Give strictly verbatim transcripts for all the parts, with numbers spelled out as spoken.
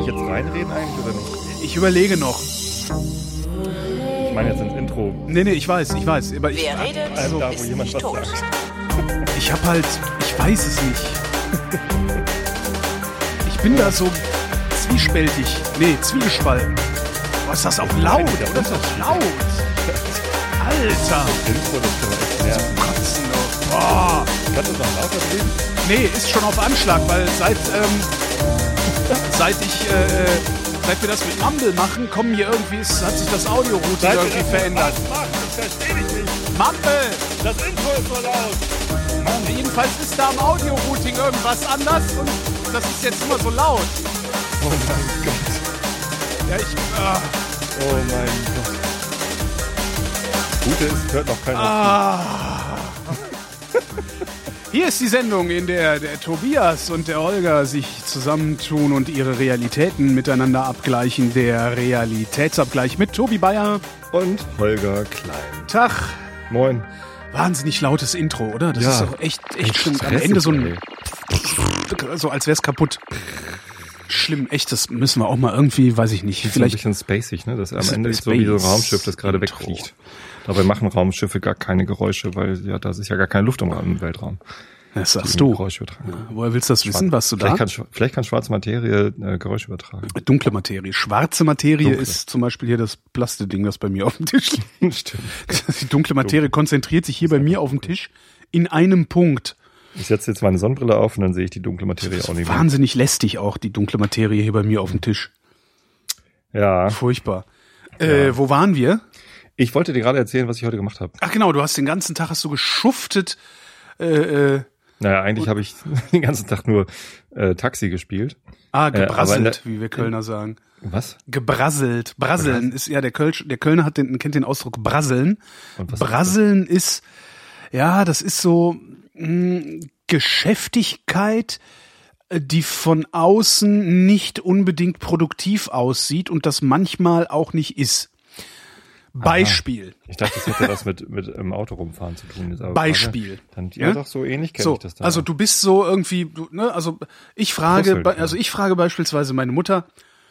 jetzt reinreden eigentlich oder nicht? Ich überlege noch. Ich meine jetzt ins Intro. Nee, nee, ich weiß, ich weiß. Aber ich, Wer redet, Also, da, wo ist jemand nicht was tot. sagt. ich hab halt, ich weiß es nicht. Ich bin da so zwiespältig. Nee, zwiegespalten. Was ist das auch laut? Oder ist das laut? Alter! Intro, das kann man echt nerven. Kotzen doch. Boah. Kannst du das noch lauter drehen? Nee, ist schon auf Anschlag, weil seit, ähm, seit ich, äh, seit wir das mit Mumble machen, kommen hier irgendwie, ist, hat sich das Audio-Routing irgendwie verändert. Was macht? Das verstehe ich nicht. Mumble! Das Intro ist so laut. Mann, jedenfalls ist da am Audio-Routing irgendwas anders und das ist jetzt immer so laut. Oh mein Gott. Ja, ich, ah, Oh mein Gott. Gute ist, hört noch keiner. ah. Hier ist die Sendung, in der der Tobias und der Holger sich zusammentun und ihre Realitäten miteinander abgleichen. Der Realitätsabgleich mit Tobi Bayer. Und Holger Klein. Tag. Moin. Wahnsinnig lautes Intro, oder? Das Ja. ist doch echt, echt schlimm. Am stressig, Ende so ein, ey. so als wär's kaputt. Schlimm, echt, das müssen wir auch mal irgendwie, weiß ich nicht, Vielleicht vielleicht. ein bisschen spacig, ne? Das ist am Ist Ende ein ist so wie so ein Space Raumschiff, das gerade Intro. wegfliegt. Dabei machen Raumschiffe gar keine Geräusche, weil ja, da ist ja gar keine Luft im Weltraum. Das sagst die du. Geräusche übertragen. Woher willst du das wissen, was du da? Vielleicht kann, sch- vielleicht kann schwarze Materie äh, Geräusche übertragen. Dunkle Materie. Schwarze Materie Dunkle. ist zum Beispiel hier das Plasteding, das bei mir auf dem Tisch liegt. Stimmt. Die dunkle Materie konzentriert sich hier bei mir auf dem Tisch in einem Punkt. Ich setze jetzt meine Sonnenbrille auf und dann sehe ich die dunkle Materie auch nicht mehr. Wahnsinnig lästig auch, die dunkle Materie hier bei mir auf dem Tisch. Ja. Furchtbar. Äh, wo waren wir? Ich wollte dir gerade erzählen, was ich heute gemacht habe. Ach genau, du hast den ganzen Tag hast du geschuftet. Äh, äh, Naja, eigentlich habe ich den ganzen Tag nur äh, Taxi gespielt. ah, aber in gebrasselt, der- wie wir Kölner sagen. Was? Gebrasselt. Brasseln ist ja der Kölsch, der Kölner hat den, kennt den Ausdruck Brasseln. Und was ist Brasseln ist, ja, das ist so mh, Geschäftigkeit, äh, die von außen nicht unbedingt produktiv aussieht und das manchmal auch nicht ist. Beispiel. Ich dachte, das hätte was mit mit im Auto rumfahren zu tun. Ist aber Beispiel. Dann ja, Ja? doch so ähnlich kenne So, ich das dann. also du bist so irgendwie, du, ne, also ich frage, Brüssel, be- ja. also ich frage beispielsweise meine Mutter,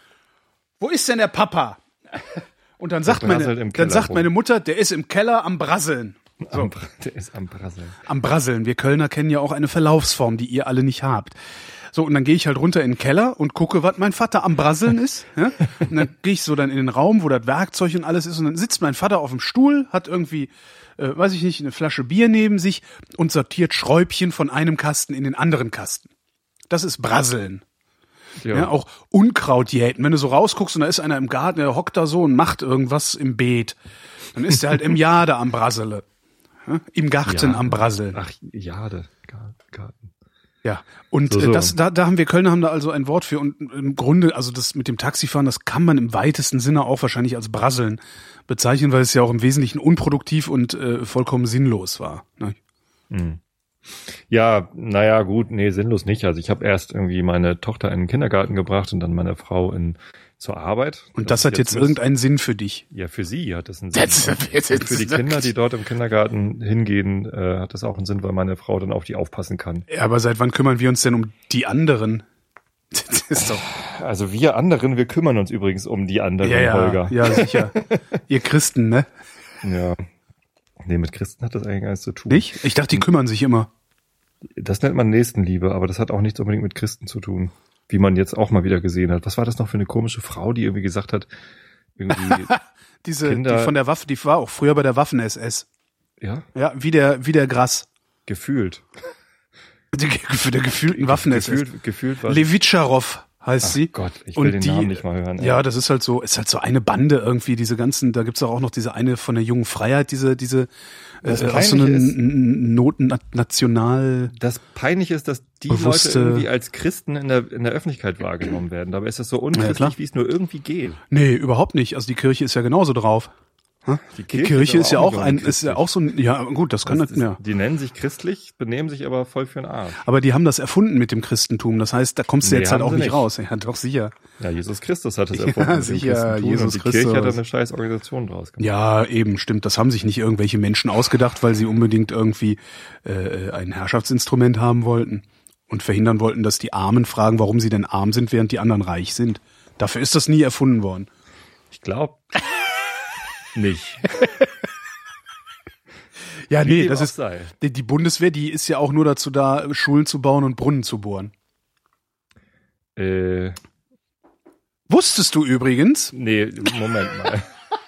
wo ist denn der Papa? Und dann sagt meine, brasselt im dann Keller sagt rum. meine Mutter, der ist im Keller am Brasseln. So. am, Bra- der ist am Brasseln. Am Brasseln. Wir Kölner kennen ja auch eine Verlaufsform, die ihr alle nicht habt. So, und dann gehe ich halt runter in den Keller und gucke, was mein Vater am Brasseln ist. Ja? Und dann gehe ich so dann in den Raum, wo das Werkzeug und alles ist. Und dann sitzt mein Vater auf dem Stuhl, hat irgendwie, äh, weiß ich nicht, eine Flasche Bier neben sich und sortiert Schräubchen von einem Kasten in den anderen Kasten. Das ist Brasseln. Ja. Ja, auch Unkraut jäten. Wenn du so rausguckst und da ist einer im Garten, der hockt da so und macht irgendwas im Beet, dann ist der halt im Jahr da am Brassele. Ja? Im Garten Ja. am Brasseln. Ach, Jade. Garten. Ja, und So, so. Äh, das, da, da haben wir Kölner haben da also ein Wort für und im Grunde, also das mit dem Taxifahren, das kann man im weitesten Sinne auch wahrscheinlich als Brasseln bezeichnen, weil es ja auch im Wesentlichen unproduktiv und äh, vollkommen sinnlos war. Ne? Ja, naja, gut, nee, sinnlos nicht. Also ich habe erst irgendwie meine Tochter in den Kindergarten gebracht und dann meine Frau in zur Arbeit. Und das, hat jetzt müsst- irgendeinen Sinn für dich. Ja, für sie hat das einen Sinn. Das- Und das- und für die Kinder, die dort im Kindergarten hingehen, äh, hat das auch einen Sinn, weil meine Frau dann auf die aufpassen kann. Ja, aber seit wann kümmern wir uns denn um die anderen? Das ist doch. Also wir anderen, wir kümmern uns übrigens um die anderen, Ja, ja, Holger. ja, sicher. Ihr Christen, ne? Ja. Nee, mit Christen hat das eigentlich gar nichts zu tun. Nicht? Ich dachte, die kümmern sich immer. Das nennt man Nächstenliebe, aber das hat auch nichts unbedingt mit Christen zu tun. Wie man jetzt auch mal wieder gesehen hat. Was war das noch für eine komische Frau, die irgendwie gesagt hat, irgendwie, Diese, Kinder- die von der Waffe, die war auch früher bei der Waffen-S S. ja, Ja, wie der, wie der Gras. gefühlt. Die, für der gefühlten Waffen-S S. Gefühlt, gefühlt war Levitscharow heißt Ach sie. Gott, ich will Und den die, Namen nicht mal hören. ey. Ja, das ist halt so, ist halt so eine Bande irgendwie, diese ganzen, da gibt's auch noch diese eine von der jungen Freiheit, diese, diese, Das äh, aus so Peinliche einem ist- N- Noten national, Das Peinliche ist, dass die Bewusste- Leute irgendwie als Christen in der, in der Öffentlichkeit wahrgenommen werden. Dabei ist das so Ja, unchristlich, klar. wie es nur irgendwie geht. nee, überhaupt nicht. Also die Kirche ist ja genauso drauf. Die Kirche, ist ja aber auch nicht ein, unbedingt ist ja auch so ein, ja gut, das kann Das das, ist, ja. Die nennen sich christlich, benehmen sich aber voll für den Arsch. Aber die haben das erfunden mit dem Christentum. Das heißt, da kommst du Nee, jetzt halt haben auch sie nicht nicht. raus. Ja, doch sicher. Ja, Jesus Christus hat es Ja, erfunden mit dem sicher, Christentum Jesus und die Christus. Kirche hat da eine scheiß Organisation draus gemacht. Ja, eben, stimmt. Das haben sich nicht irgendwelche Menschen ausgedacht, weil sie unbedingt irgendwie äh, ein Herrschaftsinstrument haben wollten und verhindern wollten, dass die Armen fragen, warum sie denn arm sind, während die anderen reich sind. Dafür ist das nie erfunden worden. Ich glaube nicht. Ja, Wie nee, dem das auch ist sei. die, die Bundeswehr, die ist ja auch nur dazu da, Schulen zu bauen und Brunnen zu bohren. Äh, Wusstest du übrigens? nee, Moment mal.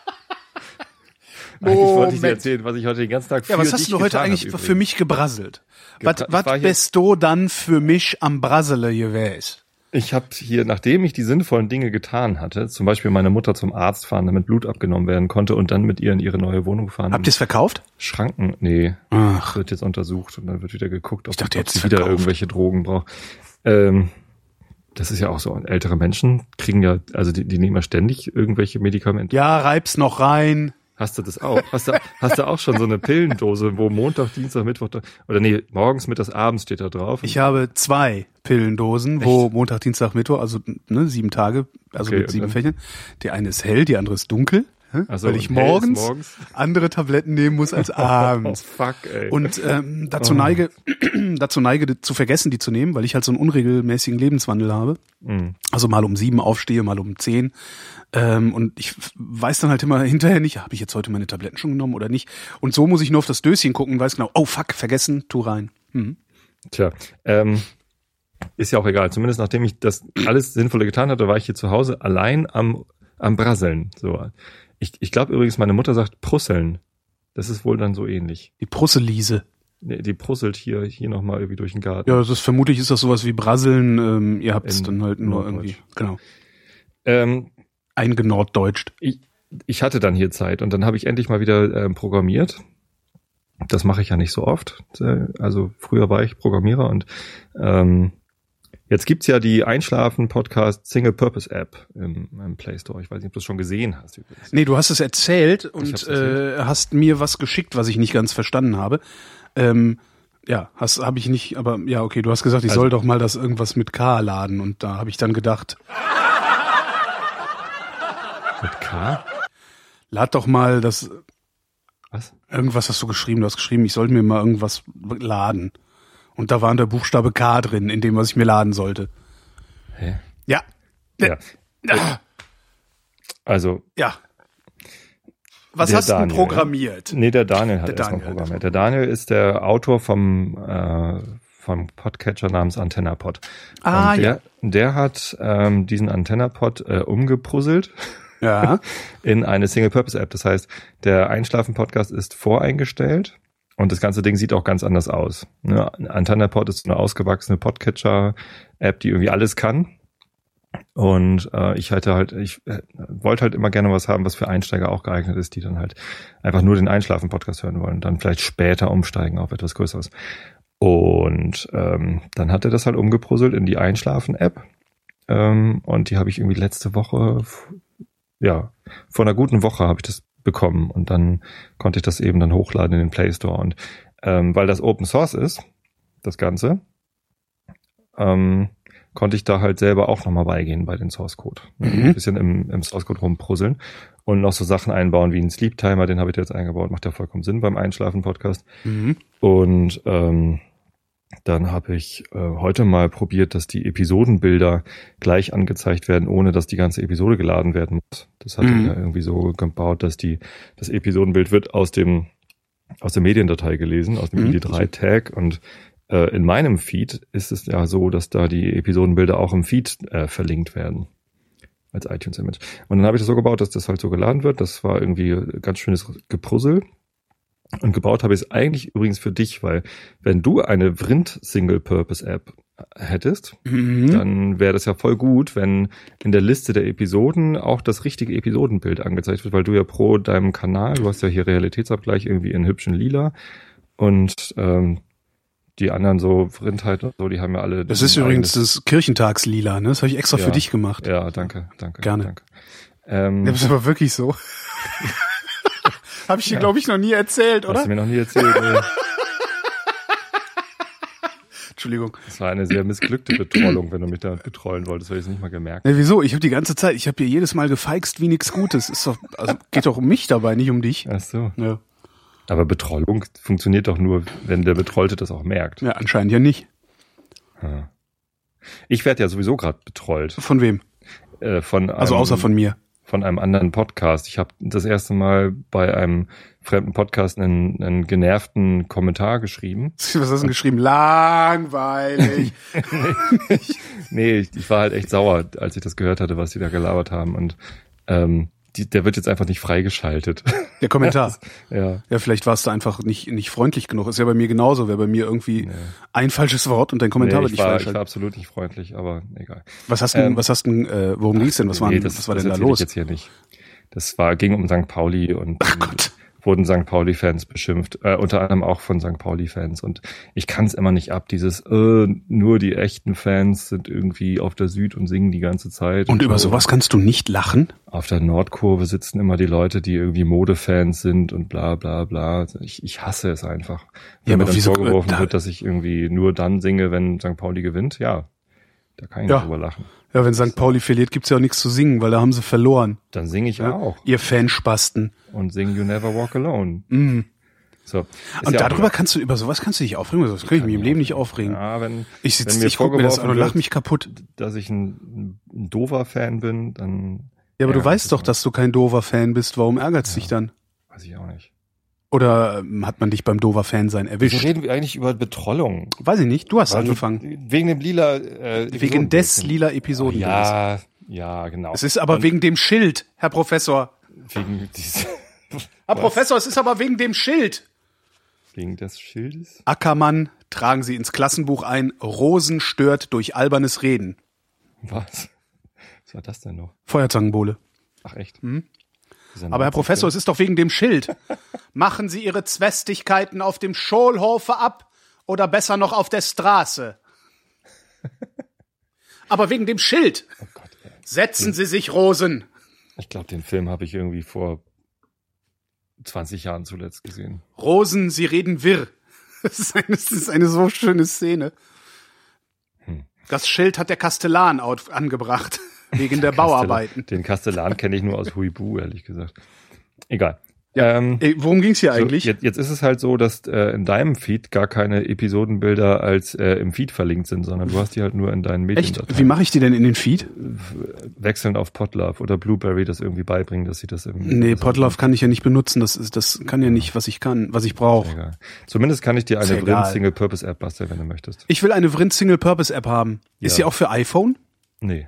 Eigentlich wollte ich dir Moment. erzählen, was ich heute den ganzen Tag für Ja, was dich hast du heute getan eigentlich hab, für übrigens. mich gebrasselt? Was, Gebra- ich was war hier- bist du dann für mich am Brassele gewesen? Ich habe hier, nachdem ich die sinnvollen Dinge getan hatte, zum Beispiel meine Mutter zum Arzt fahren, damit Blut abgenommen werden konnte und dann mit ihr in ihre neue Wohnung fahren. Habt ihr es verkauft? Schranken? Nee. Ach. Wird jetzt untersucht und dann wird wieder geguckt, ob, Ich dachte, ob jetzt sie wieder verkauft. irgendwelche Drogen braucht. Ähm, das ist ja auch so. Ältere Menschen kriegen ja, also die, die nehmen ja ständig irgendwelche Medikamente. Ja, reib's noch rein. Hast du das auch? Hast du, hast du auch schon so eine Pillendose, wo Montag, Dienstag, Mittwoch, oder nee, morgens, mittags, abends steht da drauf? Ich habe zwei Pillendosen, wo Montag, Dienstag, Mittwoch, also ne, sieben Tage, also Okay, mit und sieben dann- Fächern. Die eine ist hell, die andere ist dunkel, hä? Ach so, weil ich und hell ist morgens, morgens? andere Tabletten nehmen muss als Oh, abends. fuck, ey. Und ähm, dazu Oh. neige, dazu neige zu vergessen, die zu nehmen, weil ich halt so einen unregelmäßigen Lebenswandel habe. Mhm. Also mal um sieben aufstehe, mal um zehn. Ähm, und ich f- weiß dann halt immer hinterher nicht, habe ich jetzt heute meine Tabletten schon genommen oder nicht. Und so muss ich nur auf das Döschen gucken und weiß genau, oh fuck, vergessen, tu rein. Mhm. Tja, ähm, ist ja auch egal. Zumindest nachdem ich das alles Sinnvolle getan hatte, war ich hier zu Hause allein am, am Brasseln. So. Ich, ich glaube übrigens, meine Mutter sagt Prusseln. Das ist wohl dann so ähnlich. Die Prusseliese. Nee, die prusselt hier, hier nochmal irgendwie durch den Garten. Ja, das ist vermutlich ist das sowas wie Brasseln. Ähm, ihr habt es In dann halt nur Norddeutsch. irgendwie, genau, Ähm, eingenorddeutscht. ich, ich hatte dann hier Zeit und dann habe ich endlich mal wieder ähm, programmiert. Das mache ich ja nicht so oft. Äh, Also früher war ich Programmierer und ähm, jetzt gibt's ja die Einschlafen-Podcast Single-Purpose-App im, im Play Store. Ich weiß nicht, ob du es schon gesehen hast übrigens. Nee, du hast es erzählt und hab's erzählt. Äh, hast mir was geschickt, was ich nicht ganz verstanden habe. Ähm, ja, hast habe ich nicht, aber ja, okay, du hast gesagt, ich Also- soll doch mal das irgendwas mit K laden und da habe ich dann gedacht, Mit K? lad doch mal das Was? irgendwas hast du geschrieben, du hast geschrieben, ich sollte mir mal irgendwas laden. Und da war der Buchstabe K drin, in dem, was ich mir laden sollte. Hä? Ja. Ja. Ja. Also, Ja. Was Der hast du denn Daniel. programmiert? nee, der Daniel hat Der erstmal Daniel. programmiert. Der Daniel ist der Autor vom, äh, vom Podcatcher namens AntennaPod. Ah, Und der, ja. der hat ähm, diesen AntennaPod äh, umgepuzzelt Ja. in eine Single-Purpose-App. Das heißt, der Einschlafen-Podcast ist voreingestellt und das ganze Ding sieht auch ganz anders aus. Ne? AntennaPod ist eine ausgewachsene Podcatcher-App, die irgendwie alles kann. Und äh, ich hatte halt, ich äh, wollte halt immer gerne was haben, was für Einsteiger auch geeignet ist, die dann halt einfach nur den Einschlafen-Podcast hören wollen und dann vielleicht später umsteigen auf etwas Größeres. Und ähm, dann hat er das halt umgepuzzelt in die Einschlafen-App. Ähm, und die habe ich irgendwie letzte Woche, f- ja, vor einer guten Woche habe ich das bekommen. Und dann konnte ich das eben dann hochladen in den Play Store. Und ähm, weil das Open Source ist, das Ganze, ähm, konnte ich da halt selber auch nochmal beigehen bei den Source Code. Mhm. Ein bisschen im, im Source Code rumprusseln und noch so Sachen einbauen wie einen Sleep Timer, den habe ich jetzt eingebaut, macht ja vollkommen Sinn beim Einschlafen-Podcast. Mhm. Und ähm, dann habe ich äh, heute mal probiert, dass die Episodenbilder gleich angezeigt werden, ohne dass die ganze Episode geladen werden muss. Das hatte Mhm. er irgendwie so gebaut, dass die das Episodenbild wird aus dem aus der Mediendatei gelesen, aus dem Mhm. I D drei Tag und äh, in meinem Feed ist es ja so, dass da die Episodenbilder auch im Feed äh, verlinkt werden als iTunes-Image. Und dann habe ich das so gebaut, dass das halt so geladen wird. Das war irgendwie ganz schönes Gepuzzle. Und gebaut habe ich es eigentlich übrigens für dich, weil wenn du eine Vrind Single-Purpose-App hättest, Mhm. dann wäre das ja voll gut, wenn in der Liste der Episoden auch das richtige Episodenbild angezeigt wird, weil du ja pro deinem Kanal, du hast ja hier Realitätsabgleich irgendwie in hübschen Lila und ähm, die anderen so Vrindheit und so, die haben ja alle... Das ist ein übrigens eigenes- das Kirchentagslila, ne? Das habe ich extra Ja. für dich gemacht. Ja, danke, danke. Gerne. Danke. Ähm, Das ist aber wirklich so. Habe ich dir, glaube ich, noch nie erzählt, hast oder? du mir noch nie erzählt. ey. Entschuldigung. Das war eine sehr missglückte Betrollung, wenn du mich da betrollen wolltest, weil ich es nicht mal gemerkt. Ne, wieso? Ich habe die ganze Zeit, ich habe dir jedes Mal gefeixt wie nix Gutes. Ist doch, also geht doch um mich dabei, nicht um dich. Ach so. Ja, Aber Betrollung funktioniert doch nur, wenn der Betrollte das auch merkt. ja anscheinend ja nicht. Ja. Ich werde ja sowieso gerade betrollt. Von wem? äh, von einem, Also außer von mir. Von einem anderen Podcast. Ich habe das erste Mal bei einem fremden Podcast einen, einen genervten Kommentar geschrieben. Was hast du denn geschrieben? Langweilig. nee, nee ich, ich war halt echt sauer, als ich das gehört hatte, was die da gelabert haben. Und ähm, die, der wird jetzt einfach nicht freigeschaltet. Der Kommentar. ja. Ja, vielleicht warst du einfach nicht nicht freundlich genug. Ist ja bei mir genauso. Wäre bei mir irgendwie nee. ein falsches Wort und dein Kommentar nee, wird nicht war, freigeschaltet. Ich war absolut nicht freundlich, aber egal. Was hast du, ähm, was hast du, äh, worum ging's denn? Was, waren, nee, das, was war das denn da los? Ich jetzt hier nicht. Das war, ging um Sankt Pauli und Ach Gott. wurden Sankt Pauli-Fans beschimpft, äh, unter anderem auch von Sankt Pauli-Fans. Und ich kann es immer nicht ab, dieses, äh, nur die echten Fans sind irgendwie auf der Süd und singen die ganze Zeit. Und, und über so. sowas kannst du nicht lachen? Auf der Nordkurve sitzen immer die Leute, die irgendwie Modefans sind und bla bla bla. Ich, ich hasse es einfach. Wenn ja, mir aber dann wieso, vorgeworfen da, wird, dass ich irgendwie nur dann singe, wenn Sankt Pauli gewinnt, ja, da kann ich ja. nicht drüber lachen. Ja, wenn Sankt Pauli verliert, gibt's ja auch nichts zu singen, weil da haben sie verloren. Dann singe ich ja auch. Ihr Fanspasten. Und sing You Never Walk Alone. Mm. So. Und ja darüber kannst du, über sowas kannst du dich aufregen. Das kann ich mich im Leben nicht aufregen. Ja, wenn, ich sitze, wenn mir ich gucke mir das an und wird, lach mich kaputt. Dass ich ein, ein doofer Fan bin, dann... Ja, aber du weißt doch, dass du kein doofer Fan bist. Warum ärgert's ja, dich dann? Weiß ich auch nicht. Oder ähm, hat man dich beim doofer Fan sein erwischt? Wieso reden wir eigentlich über Betrollung? Weiß ich nicht. Du hast Weil angefangen. Du, wegen dem lila äh, Wegen des lila Episoden. Ja, ja, genau. Es ist aber und wegen dem Schild, Herr Professor. Wegen dieses... Herr Professor, es ist aber wegen dem Schild. Wegen des Schildes? Ackermann, tragen Sie ins Klassenbuch ein, Rosen stört durch albernes Reden. Was? Was war das denn noch? Feuerzangenbowle. Ach echt? Hm? Aber Herr Professor, es ist doch wegen dem Schild. Machen Sie Ihre Zwistigkeiten auf dem Schulhofe ab oder besser noch auf der Straße. Aber wegen dem Schild. Oh Gott, ey. Setzen Sie sich, Rosen. Ich glaube, den Film habe ich irgendwie vor zwanzig Jahren zuletzt gesehen. Rosen, Sie reden wirr. Das ist eine, das ist eine so schöne Szene. Hm. Das Schild hat der Kastellan angebracht. Wegen der, der Bauarbeiten. Den Kastellan kenne ich nur aus Huibu, ehrlich gesagt. Egal. Ja, ähm, ey, worum ging's hier so, eigentlich? Jetzt, jetzt ist es halt so, dass äh, in deinem Feed gar keine Episodenbilder als äh, im Feed verlinkt sind, sondern du hast die halt nur in deinen Medien. Echt? Wie mache ich die denn in den Feed? Wechseln auf Podlove oder Blueberry das irgendwie beibringen, dass sie das im... Nee, Podlove kann ich ja nicht benutzen. Das ist, das kann ja nicht, was ich kann, was ich brauche. Zumindest kann ich dir eine Vrind Single-Purpose-App basteln, wenn du möchtest. Ich will eine Vrind Single-Purpose-App haben. Ja. Ist sie auch für iPhone? Nee.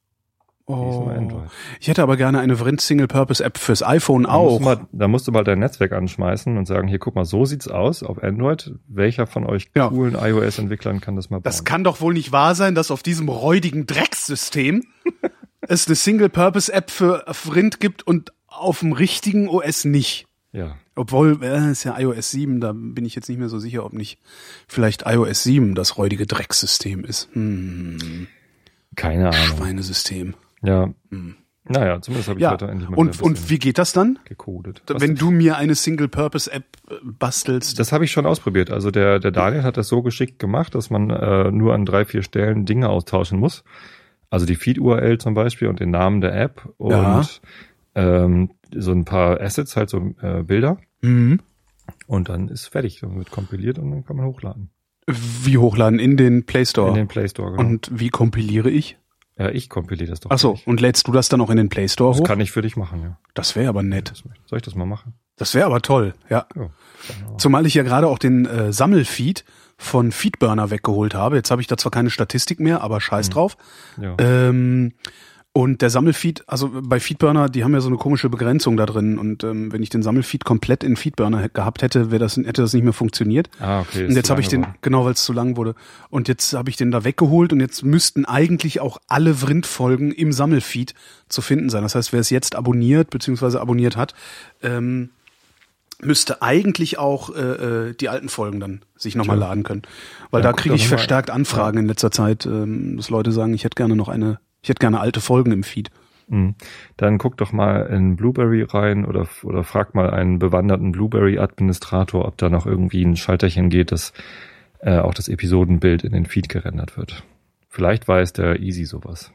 Oh. Ich hätte aber gerne eine Vrind Single-Purpose-App fürs iPhone auch. Da musst, mal, da musst du mal dein Netzwerk anschmeißen und sagen, hier, guck mal, so sieht's aus auf Android. Welcher von euch coolen ja. iOS-Entwicklern kann das mal bauen? Das kann doch wohl nicht wahr sein, dass auf diesem räudigen Dreckssystem es eine Single-Purpose-App für Vrind gibt und auf dem richtigen O S nicht. Ja. Obwohl, es äh, ist ja iOS sieben, da bin ich jetzt nicht mehr so sicher, ob nicht vielleicht iOS sieben das räudige Drecksystem ist. Hm. Keine Ahnung. Schweinesystem. Ja. Hm. Naja, zumindest habe ich ja. heute endlich mal und, und wie geht das dann? Gecodet. Wenn du mir eine Single-Purpose-App bastelst? Das habe ich schon ausprobiert. Also der, der Daniel hat das so geschickt gemacht, dass man äh, nur an drei, vier Stellen Dinge austauschen muss. Also die Feed-U R L zum Beispiel und den Namen der App und ja. ähm, so ein paar Assets, halt so äh, Bilder. Mhm. Und dann ist fertig. Dann wird kompiliert und dann kann man hochladen. Wie hochladen? In den Play Store? In den Play Store, genau. Und wie kompiliere ich? Ja, ich kompiliere das doch. Ach so, und lädst du das dann auch in den Play Store hoch? Das kann ich für dich machen, ja. Das wäre aber nett. Soll ich das mal machen? Das wäre aber toll, ja. ja Zumal ich ja gerade auch den äh, Sammelfeed von Feedburner weggeholt habe. Jetzt habe ich da zwar keine Statistik mehr, aber scheiß mhm. drauf. Ja. Ähm, und der Sammelfeed, also bei Feedburner, die haben ja so eine komische Begrenzung da drin. Und ähm, wenn ich den Sammelfeed komplett in Feedburner gehabt hätte, wäre das, hätte das nicht mehr funktioniert. Ah, okay. Und jetzt habe ich den, war. genau, weil es zu lang wurde. Und jetzt habe ich den da weggeholt und jetzt müssten eigentlich auch alle Vrind-Folgen im Sammelfeed zu finden sein. Das heißt, wer es jetzt abonniert, beziehungsweise abonniert hat, ähm, müsste eigentlich auch äh, die alten Folgen dann sich nochmal ja. laden können. Weil ja, da kriege ich verstärkt mal. Anfragen ja. in letzter Zeit, ähm, dass Leute sagen, ich hätte gerne noch eine Ich hätte gerne alte Folgen im Feed. Dann guck doch mal in Blueberry rein oder oder frag mal einen bewanderten Blueberry-Administrator, ob da noch irgendwie ein Schalterchen geht, dass äh, auch das Episodenbild in den Feed gerendert wird. Vielleicht weiß der Easy sowas.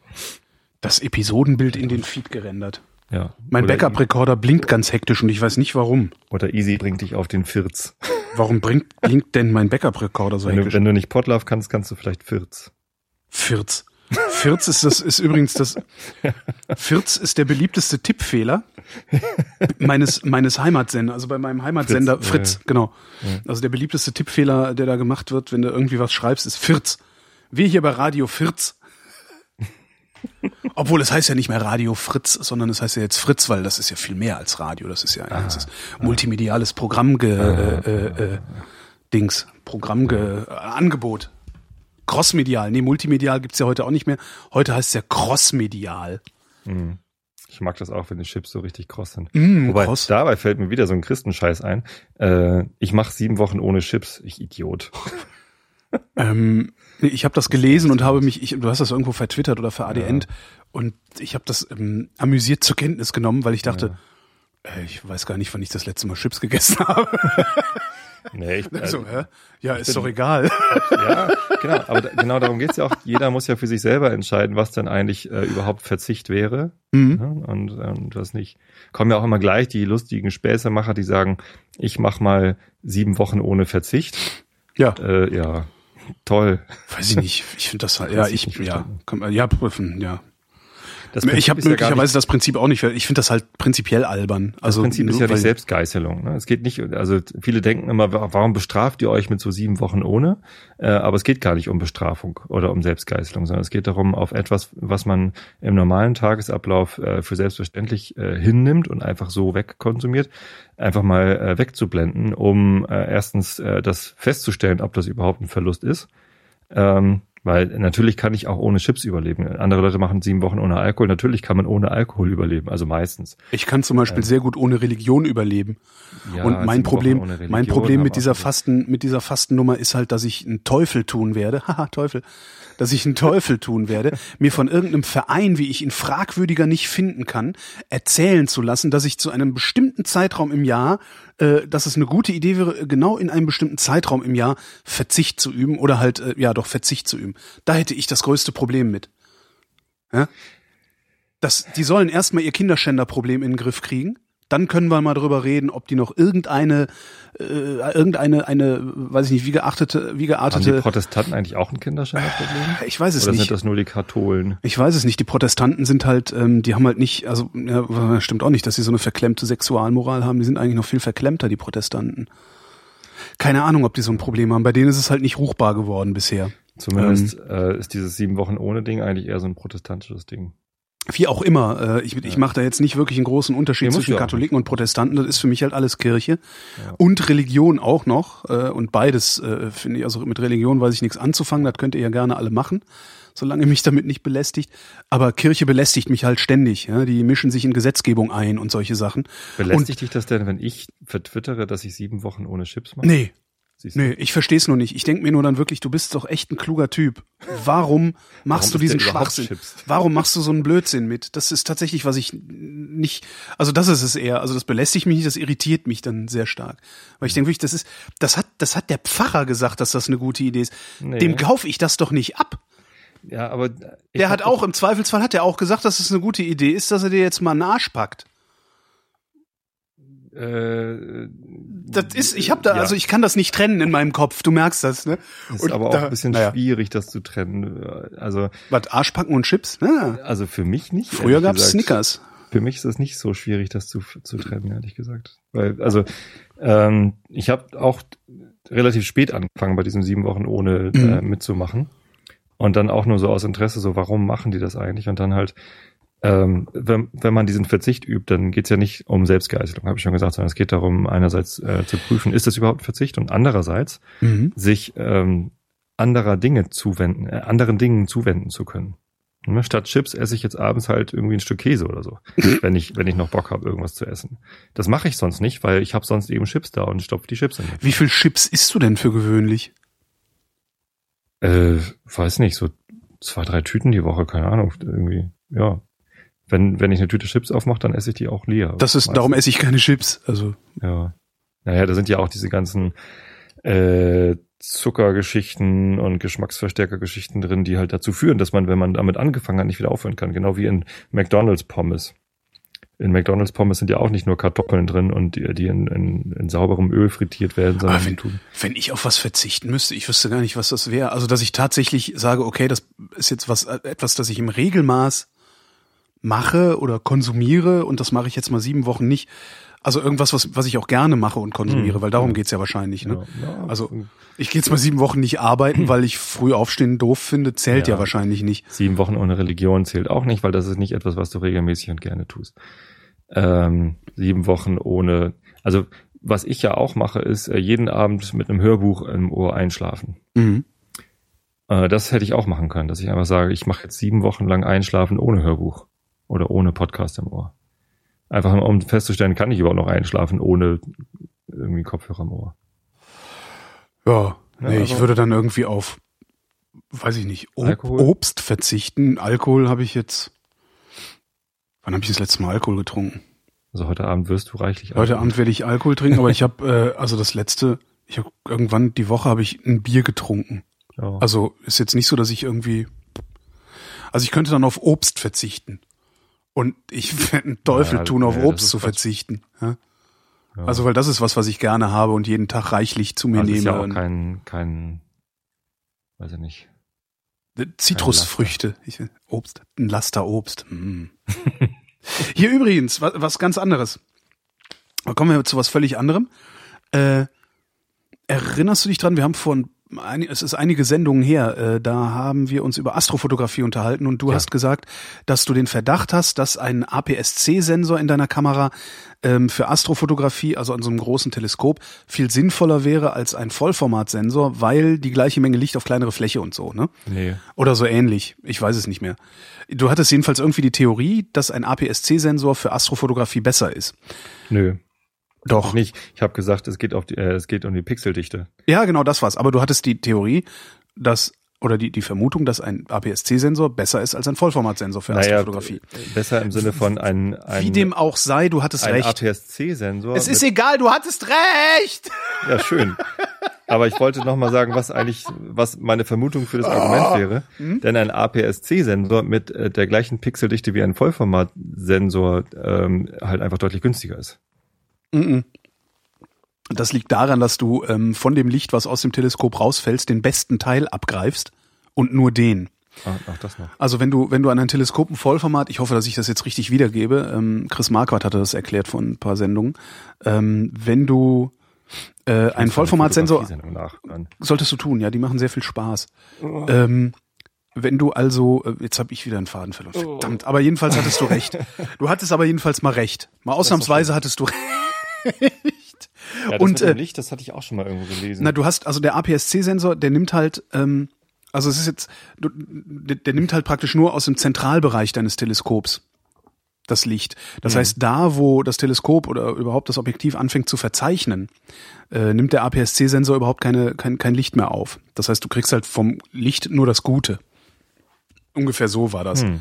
Das Episodenbild in den Feed gerendert? Ja. Mein Backup-Recorder blinkt ganz hektisch und ich weiß nicht warum. Oder Easy bringt dich auf den Firz. Warum bringt, blinkt denn mein Backup-Recorder so wenn hektisch? Du, wenn du nicht Podlove kannst, kannst du vielleicht Firz. Firz. Firz ist das, ist übrigens das, Firz ist der beliebteste Tippfehler meines, meines Heimatsenders, also bei meinem Heimatsender Fritz, Fritz ja. genau. Ja. Also der beliebteste Tippfehler, der da gemacht wird, wenn du irgendwie was schreibst, ist Firz. Wir hier bei Radio Firz. Obwohl, es heißt ja nicht mehr Radio Fritz, sondern es heißt ja jetzt Fritz, weil das ist ja viel mehr als Radio. Das ist ja ein ah, ah. multimediales Programmge, ah, äh, äh, Dings, Programmge, äh, Angebot. Crossmedial. Nee, multimedial gibt's ja heute auch nicht mehr. Heute heißt es ja crossmedial. Mhm. Ich mag das auch, wenn die Chips so richtig kross sind. Mm, Wobei, cross. Dabei fällt mir wieder so ein Christenscheiß ein. Äh, ich mache sieben Wochen ohne Chips. Ich Idiot. ähm, ich habe das gelesen und habe mich, ich, du hast das irgendwo vertwittert oder veradnt ja. und ich habe das ähm, amüsiert zur Kenntnis genommen, weil ich dachte, ja. äh, ich weiß gar nicht, wann ich das letzte Mal Chips gegessen habe. Nee, ich, also, also, hä? Ja, ist bin, doch egal. Ja, genau, aber da, genau darum geht's ja auch. Jeder muss ja für sich selber entscheiden, was denn eigentlich äh, überhaupt Verzicht wäre mhm. ja, und, und was nicht. Kommen ja auch immer gleich die lustigen Späßemacher, die sagen, ich mach mal sieben Wochen ohne Verzicht. Ja. Äh, ja, toll. Weiß ich nicht. Ich finde das halt, ja, ich, ich ja, komm, ja, prüfen, ja. Das ich habe möglicherweise ja das Prinzip auch nicht, ich finde das halt prinzipiell albern. Also das Prinzip ist ja nicht Selbstgeißelung. Ne? Es geht nicht, also viele denken immer, warum bestraft ihr euch mit so sieben Wochen ohne? Äh, aber es geht gar nicht um Bestrafung oder um Selbstgeißelung, sondern es geht darum, auf etwas, was man im normalen Tagesablauf äh, für selbstverständlich äh, hinnimmt und einfach so wegkonsumiert, einfach mal äh, wegzublenden, um äh, erstens äh, das festzustellen, ob das überhaupt ein Verlust ist. Ähm, Weil natürlich kann ich auch ohne Chips überleben. Andere Leute machen sieben Wochen ohne Alkohol. Natürlich kann man ohne Alkohol überleben, also meistens. Ich kann zum Beispiel ähm, sehr gut ohne Religion überleben. Ja, und mein Problem, mein Problem mit dieser Fasten, mit dieser Fastennummer ist halt, dass ich einen Teufel tun werde. Haha, Teufel. Dass ich einen Teufel tun werde, mir von irgendeinem Verein, wie ich ihn fragwürdiger nicht finden kann, erzählen zu lassen, dass ich zu einem bestimmten Zeitraum im Jahr, äh, dass es eine gute Idee wäre, genau in einem bestimmten Zeitraum im Jahr Verzicht zu üben oder halt, äh, ja doch, Verzicht zu üben. Da hätte ich das größte Problem mit. Ja? Das, die sollen erstmal ihr Kinderschänderproblem in den Griff kriegen. Dann können wir mal drüber reden, ob die noch irgendeine, äh, irgendeine, eine, weiß ich nicht, wie geachtete, wie geartete. Haben die Protestanten eigentlich auch ein Kinderschänderproblem? Ich weiß es Oder nicht. Oder sind das nur die Katholen? Ich weiß es nicht. Die Protestanten sind halt, ähm, die haben halt nicht, also ja, stimmt auch nicht, dass sie so eine verklemmte Sexualmoral haben. Die sind eigentlich noch viel verklemmter, die Protestanten. Keine Ahnung, ob die so ein Problem haben. Bei denen ist es halt nicht ruchbar geworden bisher. Zumindest ähm, äh, ist dieses sieben Wochen ohne Ding eigentlich eher so ein protestantisches Ding. Wie auch immer, ich, ich mache da jetzt nicht wirklich einen großen Unterschied nee, zwischen Katholiken und Protestanten, das ist für mich halt alles Kirche ja. und Religion auch noch und beides finde ich, also mit Religion weiß ich nichts anzufangen, das könnt ihr ja gerne alle machen, solange ihr mich damit nicht belästigt, aber Kirche belästigt mich halt ständig, ja? Die mischen sich in Gesetzgebung ein und solche Sachen. Belästigt dich das denn, wenn ich vertwittere, dass ich sieben Wochen ohne Chips mache? Nee. Nee, ich versteh's nur nicht. Ich denk mir nur dann wirklich, du bist doch echt ein kluger Typ. Warum machst Warum du diesen Schwachsinn? Chips? Warum machst du so einen Blödsinn mit? Das ist tatsächlich, was ich nicht, also das ist es eher. Also das belästigt mich nicht, das irritiert mich dann sehr stark. Weil ich denke wirklich, das ist, das hat, das hat der Pfarrer gesagt, dass das eine gute Idee ist. Nee. Dem kaufe ich das doch nicht ab. Ja, aber der hat auch, im Zweifelsfall hat er auch gesagt, dass es eine gute Idee ist, dass er dir jetzt mal einen Arsch packt. Äh, das ist, ich habe da, ja. also ich kann das nicht trennen in meinem Kopf. Du merkst das, ne? Das ist und aber auch da, ein bisschen naja. schwierig, das zu trennen. Also was, Arschpacken und Chips? Ja. Also für mich nicht. Früher gab's gesagt. Snickers. Für mich ist es nicht so schwierig, das zu zu trennen, ehrlich gesagt. Weil also ähm, ich habe auch relativ spät angefangen, bei diesen sieben Wochen ohne mhm. äh, mitzumachen und dann auch nur so aus Interesse, so warum machen die das eigentlich? Und dann halt Ähm, wenn, wenn man diesen Verzicht übt, dann geht's ja nicht um Selbstgeißelung, habe ich schon gesagt, sondern es geht darum, einerseits äh, zu prüfen, ist das überhaupt ein Verzicht und andererseits mhm. sich ähm, anderer Dinge zuwenden, äh, anderen Dingen zuwenden zu können. Ne? Statt Chips esse ich jetzt abends halt irgendwie ein Stück Käse oder so, wenn ich wenn ich noch Bock habe, irgendwas zu essen. Das mache ich sonst nicht, weil ich habe sonst eben Chips da und stopfe die Chips in. Wie viel Chips isst du denn für gewöhnlich? Äh, weiß nicht, so zwei, drei Tüten die Woche, keine Ahnung, irgendwie, ja. Wenn, wenn ich eine Tüte Chips aufmache, dann esse ich die auch leer. Das ist, meistens. Darum esse ich keine Chips, also. Ja. Naja, da sind ja auch diese ganzen, äh, Zuckergeschichten und Geschmacksverstärkergeschichten drin, die halt dazu führen, dass man, wenn man damit angefangen hat, nicht wieder aufhören kann. Genau wie in McDonald's Pommes. in McDonald's Pommes sind ja auch nicht nur Kartoffeln drin und die, die in, in, in sauberem Öl frittiert werden, sondern Aber wenn, tun. wenn ich auf was verzichten müsste, ich wüsste gar nicht, was das wäre. Also, dass ich tatsächlich sage, okay, das ist jetzt was, etwas, das ich im Regelmaß mache oder konsumiere und das mache ich jetzt mal sieben Wochen nicht. Also irgendwas, was, was ich auch gerne mache und konsumiere, hm, weil darum ja. geht's ja wahrscheinlich. Ne? Ja, ja, also ich gehe jetzt mal sieben Wochen nicht arbeiten, weil ich früh aufstehen doof finde, zählt ja. ja wahrscheinlich nicht. Sieben Wochen ohne Religion zählt auch nicht, weil das ist nicht etwas, was du regelmäßig und gerne tust. Ähm, sieben Wochen ohne, also was ich ja auch mache, ist äh, jeden Abend mit einem Hörbuch im Ohr einschlafen. Mhm. Äh, das hätte ich auch machen können, dass ich einfach sage, ich mache jetzt sieben Wochen lang einschlafen ohne Hörbuch oder ohne Podcast im Ohr. Einfach um festzustellen, kann ich überhaupt noch einschlafen ohne irgendwie Kopfhörer im Ohr. Ja, nee, ja, also ich würde dann irgendwie auf, weiß ich nicht, Ob- Obst verzichten. Alkohol habe ich jetzt, wann habe ich das letzte Mal Alkohol getrunken? Also heute Abend wirst du reichlich Alkohol. Heute Abend werde ich Alkohol trinken, aber ich habe, äh, also das letzte, ich habe irgendwann die Woche habe ich ein Bier getrunken. Ja. Also ist jetzt nicht so, dass ich irgendwie, also ich könnte dann auf Obst verzichten. Und ich werde einen Teufel ja, tun, auf ja, Obst zu verzichten. Ja? Ja. Also, weil das ist was, was ich gerne habe und jeden Tag reichlich zu mir also nehme. Das ist ja auch kein, kein, weiß ich nicht. Zitrusfrüchte. Ich, Obst, ein Laster Obst. Mm. Hier übrigens, was, was ganz anderes. Da kommen wir zu was völlig anderem. Äh, erinnerst du dich dran, wir haben vor ein, es ist einige Sendungen her, äh, da haben wir uns über Astrofotografie unterhalten und du ja. hast gesagt, dass du den Verdacht hast, dass ein A P S C-Sensor in deiner Kamera ähm, für Astrofotografie, also an so einem großen Teleskop, viel sinnvoller wäre als ein Vollformatsensor, weil die gleiche Menge Licht auf kleinere Fläche und so, ne? Nee. Oder so ähnlich, ich weiß es nicht mehr. Du hattest jedenfalls irgendwie die Theorie, dass ein A P S C-Sensor für Astrofotografie besser ist. Nö. Doch. Nicht. Ich habe gesagt, es geht auf die, äh, es geht um die Pixeldichte. Ja, genau, das war's. Aber du hattest die Theorie, dass oder die die Vermutung, dass ein A P S C-Sensor besser ist als ein Vollformatsensor für naja, Astrofotografie. Besser im Sinne von ein, ein wie dem auch sei, du hattest ein recht. Ein A P S C-Sensor. Es ist egal, du hattest recht. Ja, schön. Aber ich wollte noch mal sagen, was eigentlich, was meine Vermutung für das Argument oh. wäre. Hm? Denn ein A P S C-Sensor mit äh, der gleichen Pixeldichte wie ein Vollformatsensor ähm, halt einfach deutlich günstiger ist. Mhm. Das liegt daran, dass du ähm, von dem Licht, was aus dem Teleskop rausfällst, den besten Teil abgreifst und nur den. Ach, ach, das noch. Also wenn du wenn du an ein Teleskop ein Vollformat, ich hoffe, dass ich das jetzt richtig wiedergebe, ähm, Chris Marquardt hatte das erklärt vor ein paar Sendungen, ähm, wenn du äh, ein Vollformatsensor, solltest du tun, ja, die machen sehr viel Spaß. Oh. Ähm, wenn du also, jetzt habe ich wieder einen Faden verloren, verdammt, aber jedenfalls hattest du recht. Du hattest aber jedenfalls mal recht. Mal ausnahmsweise hattest du recht. Ja, das und mit dem äh, Licht, das hatte ich auch schon mal irgendwo gelesen. Na, du hast, also der A P S C-Sensor, der nimmt halt, ähm, also es ist jetzt, du, der, der nimmt halt praktisch nur aus dem Zentralbereich deines Teleskops das Licht. Das mhm. heißt, da, wo das Teleskop oder überhaupt das Objektiv anfängt zu verzeichnen, äh, nimmt der A P S C-Sensor überhaupt keine, kein, kein Licht mehr auf. Das heißt, du kriegst halt vom Licht nur das Gute. Ungefähr so war das. Mhm.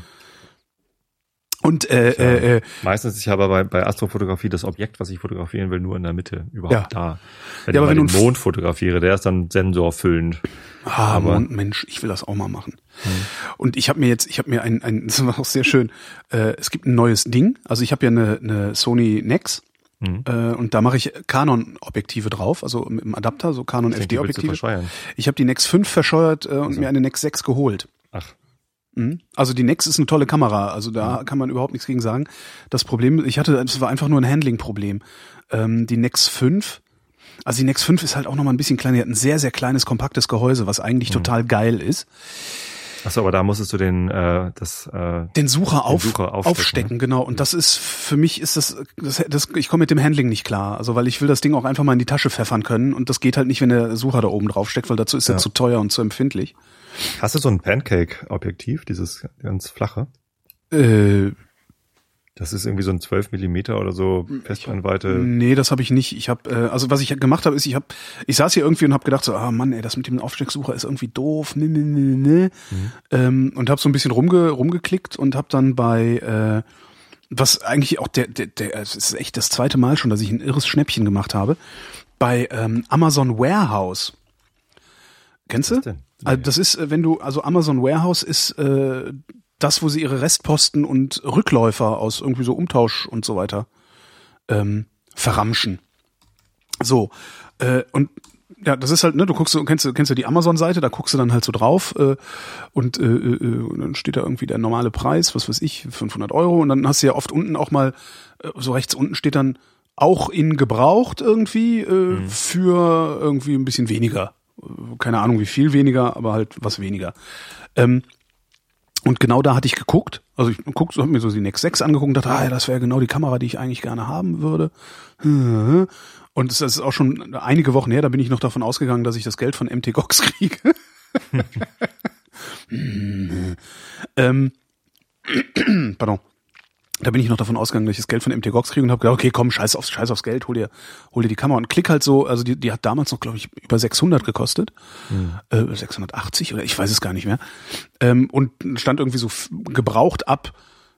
Und äh, ja, äh, äh, meistens ist ja aber bei, bei Astrofotografie das Objekt, was ich fotografieren will, nur in der Mitte überhaupt ja. da. Wenn ja, ich aber mal wenn den Mond fotografiere, der ist dann sensorfüllend. Ah, aber Mond, Mensch, ich will das auch mal machen. Hm. Und ich habe mir jetzt, ich habe mir ein, ein, das war auch sehr schön. Äh, es gibt ein neues Ding. Also ich habe ja eine, eine Sony Nex. Mhm. Äh, und da mache ich Canon-Objektive drauf, also mit dem Adapter, so Canon F D-Objektive. Ich habe die Nex fünf verscheuert äh, und also. mir eine Nex sechs geholt. Ach. Also die Nex ist eine tolle Kamera, also da ja. kann man überhaupt nichts gegen sagen. Das Problem, ich hatte, es war einfach nur ein Handling-Problem. Ähm, die Nex fünf, also die Nex fünf ist halt auch nochmal ein bisschen kleiner, die hat ein sehr, sehr kleines, kompaktes Gehäuse, was eigentlich mhm. total geil ist. Achso, aber da musstest du den äh, das äh, den Sucher, auf, den Sucher aufstecken, aufstecken, ne? Genau. Und das ist für mich ist das, das, das ich komme mit dem Handling nicht klar. Also weil ich will das Ding auch einfach mal in die Tasche pfeffern können und das geht halt nicht, wenn der Sucher da oben drauf steckt, weil dazu ist er ja. zu teuer und zu empfindlich. Hast du so ein Pancake-Objektiv, dieses ganz flache? Äh, das ist irgendwie so ein zwölf Millimeter oder so Festbrennweite. Nee, das habe ich nicht. Ich habe, äh, also was ich gemacht habe, ist, ich habe, ich saß hier irgendwie und habe gedacht so, ah Mann, ey, das mit dem Aufstecksucher ist irgendwie doof, ne, ne, ne, ne. Mhm. Ähm, und habe so ein bisschen rumge, rumgeklickt und habe dann bei, äh, was eigentlich auch der, der, der, es ist echt das zweite Mal schon, dass ich ein irres Schnäppchen gemacht habe, bei ähm, Amazon Warehouse. Kennst du? Was denn? Also das ist, wenn du, also Amazon Warehouse ist, äh, das, wo sie ihre Restposten und Rückläufer aus irgendwie so Umtausch und so weiter ähm, verramschen. So, äh, und ja, das ist halt, ne, du guckst, du kennst, kennst du die Amazon-Seite, da guckst du dann halt so drauf äh, und, äh, äh, und dann steht da irgendwie der normale Preis, was weiß ich, fünfhundert Euro, und dann hast du ja oft unten auch mal, äh, so rechts unten steht dann auch in gebraucht irgendwie äh, mhm. für irgendwie ein bisschen weniger. Keine Ahnung wie viel weniger, aber halt was weniger. Ähm, und genau da hatte ich geguckt, also ich guck, so, hab mir so die Nex sechs angeguckt und dachte, ah ja, das wäre genau die Kamera, die ich eigentlich gerne haben würde. Und das ist auch schon einige Wochen her, da bin ich noch davon ausgegangen, dass ich das Geld von M T Gox kriege. ähm, pardon. Da bin ich noch davon ausgegangen, dass ich das Geld von M T Gox kriege und habe gedacht, okay, komm, scheiß aufs, scheiß aufs Geld, hol dir, hol dir die Kamera und klick halt so, also die, die hat damals noch, glaube ich, über sechshundert gekostet, mhm. äh, sechshundertachtzig oder ich weiß es gar nicht mehr, ähm, und stand irgendwie so f- gebraucht ab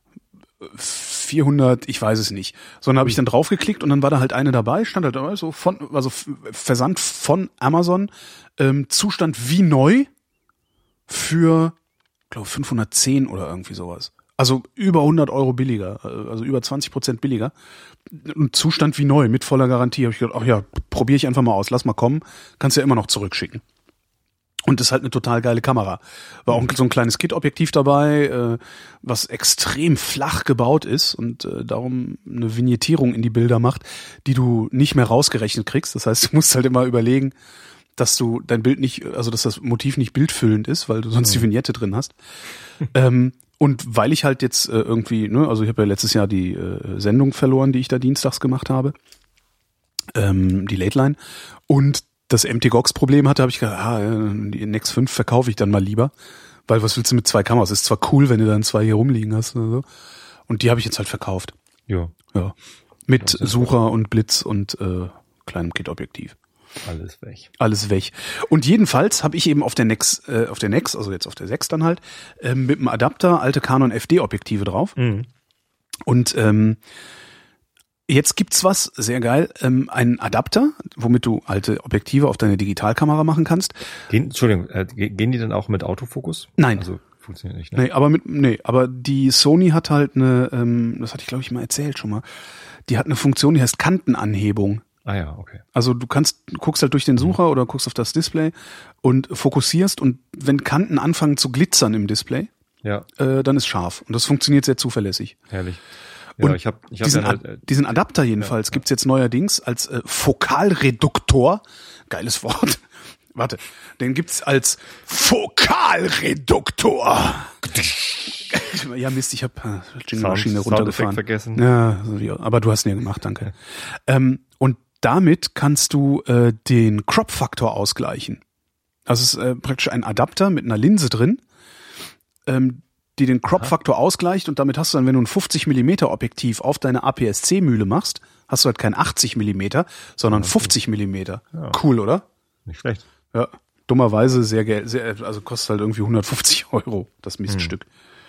vierhundert, ich weiß es nicht. So, dann habe ich dann draufgeklickt und dann war da halt eine dabei, stand halt dabei, so von, also Versand von Amazon, ähm, Zustand wie neu für, glaube fünfhundertzehn oder irgendwie sowas. Also über hundert Euro billiger, also über zwanzig Prozent billiger. Und Zustand wie neu, mit voller Garantie. Habe ich gedacht, ach ja, probiere ich einfach mal aus, lass mal kommen. Kannst ja immer noch zurückschicken. Und ist halt eine total geile Kamera. War auch so ein kleines Kit-Objektiv dabei, äh, was extrem flach gebaut ist und äh, darum eine Vignettierung in die Bilder macht, die du nicht mehr rausgerechnet kriegst. Das heißt, du musst halt immer überlegen, dass du dein Bild nicht, also dass das Motiv nicht bildfüllend ist, weil du sonst die Vignette drin hast. ähm, Und weil ich halt jetzt äh, irgendwie, ne, also ich habe ja letztes Jahr die äh, Sendung verloren, die ich da dienstags gemacht habe, ähm, die Late Line, und das M T Gox-Problem hatte, habe ich gedacht, ah, die Nex fünf verkaufe ich dann mal lieber, weil was willst du mit zwei Kameras? Ist zwar cool, wenn du dann zwei hier rumliegen hast oder so, und die habe ich jetzt halt verkauft. Ja. Ja. Mit ja, Sucher und Blitz und äh, kleinem Kit-Objektiv. Alles weg. Alles weg. Und jedenfalls habe ich eben auf der Nex, äh, auf der Nex, also jetzt auf der sechs dann halt, äh, mit dem Adapter alte Canon F D-Objektive drauf. Mhm. Und ähm, jetzt gibt's was, sehr geil, ähm, einen Adapter, womit du alte Objektive auf deine Digitalkamera machen kannst. Gehen, Entschuldigung, äh, gehen die dann auch mit Autofokus? Nein. Also funktioniert nicht, ne? Nee, aber mit, nee, aber die Sony hat halt eine, ähm, das hatte ich glaube ich mal erzählt schon mal, die hat eine Funktion, die heißt Kantenanhebung. Ah ja, okay. Also du kannst, du guckst halt durch den Sucher oder guckst auf das Display und fokussierst, und wenn Kanten anfangen zu glitzern im Display, ja, äh, dann ist scharf. Und das funktioniert sehr zuverlässig. Herrlich. Ja, und ich hab, ich hab diesen, ja halt, Ad, diesen Adapter jedenfalls ja, gibt's jetzt neuerdings als äh, Fokalreduktor. Geiles Wort. Warte, den gibt's als Fokalreduktor. Ja, Mist, ich habe äh, Jingle-Maschine runtergefahren. Vergessen. Ja, aber du hast ihn ja gemacht, danke. ähm, und damit kannst du äh, den Crop-Faktor ausgleichen. Also es ist äh, praktisch ein Adapter mit einer Linse drin, ähm, die den Crop-Faktor ausgleicht, und damit hast du dann, wenn du ein fünfzig Millimeter Objektiv auf deine A P S C-Mühle machst, hast du halt kein achtzig Millimeter, sondern ja, fünfzig Millimeter. Ja. Cool, oder? Nicht schlecht. Ja, dummerweise sehr, Geld, sehr, also kostet halt irgendwie hundertfünfzig Euro, das Miststück. Hm.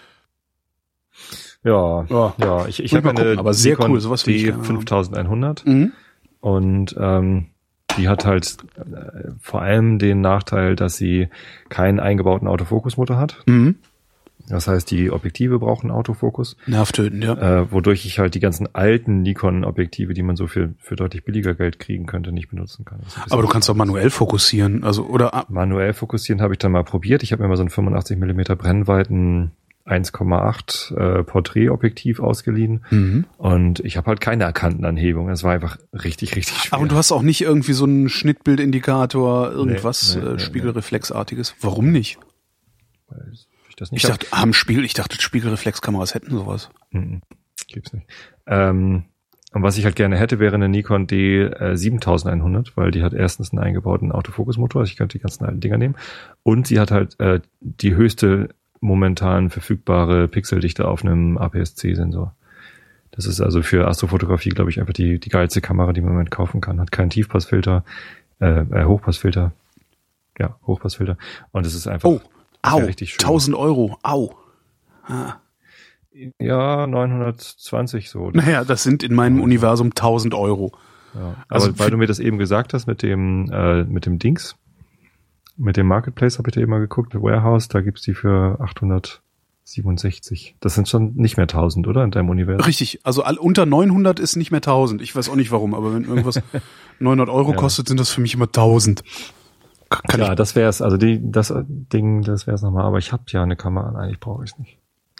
Ja, ja, ja, ich, ich habe eine aber sehr Nikon cool, sowas D fünftausendeinhundert mhm. und ähm, die hat halt äh, vor allem den Nachteil, dass sie keinen eingebauten Autofokusmotor hat. Mhm. Das heißt, die Objektive brauchen Autofokus. Nervtötend, ja. Äh, wodurch ich halt die ganzen alten Nikon-Objektive, die man so für, für deutlich billiger Geld kriegen könnte, nicht benutzen kann. Aber du kannst doch manuell fokussieren, also oder manuell fokussieren habe ich dann mal probiert. Ich habe mir mal so einen fünfundachtzig Millimeter Brennweiten eins Komma acht äh, Porträtobjektiv ausgeliehen mhm. und ich habe halt keine Kantenanhebung. Es war einfach richtig, richtig schwer. Aber und du hast auch nicht irgendwie so einen Schnittbildindikator, irgendwas nee, nee, äh, nee, Spiegelreflexartiges? Warum nicht? Weil ich das nicht ich dachte, haben Spiegel, ich dachte, Spiegelreflexkameras hätten sowas. Mhm. Gibt's nicht. Ähm, und was ich halt gerne hätte, wäre eine Nikon D äh, siebentausendeinhundert, weil die hat erstens einen eingebauten Autofokusmotor, also ich könnte die ganzen alten Dinger nehmen, und sie hat halt äh, die höchste momentan verfügbare Pixeldichte auf einem A P S C-Sensor. Das ist also für Astrofotografie, glaube ich, einfach die die geilste Kamera, die man im Moment kaufen kann. Hat keinen Tiefpassfilter, äh, äh Hochpassfilter. Ja, Hochpassfilter. Und es ist einfach oh, au, richtig schön. tausend Euro, au. Ah. Ja, neunhundertzwanzig so. Naja, das sind in meinem Universum tausend Euro. Ja, also weil du mir das eben gesagt hast mit dem äh, mit dem Dings, mit dem Marketplace habe ich da eben mal geguckt, Warehouse, da gibt's die für achthundert siebenundsechzig. Das sind schon nicht mehr tausend, oder? In deinem Universum? Richtig. Also all, unter neunhundert ist nicht mehr tausend. Ich weiß auch nicht warum, aber wenn irgendwas neunhundert Euro ja. kostet, sind das für mich immer tausend. Kann ja, ich? das wär's. Also die, das Ding, das wär's nochmal. Aber ich habe ja eine Kamera. Eigentlich brauche ich es nicht.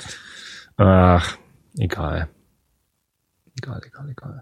Ach, egal. Egal, egal, egal.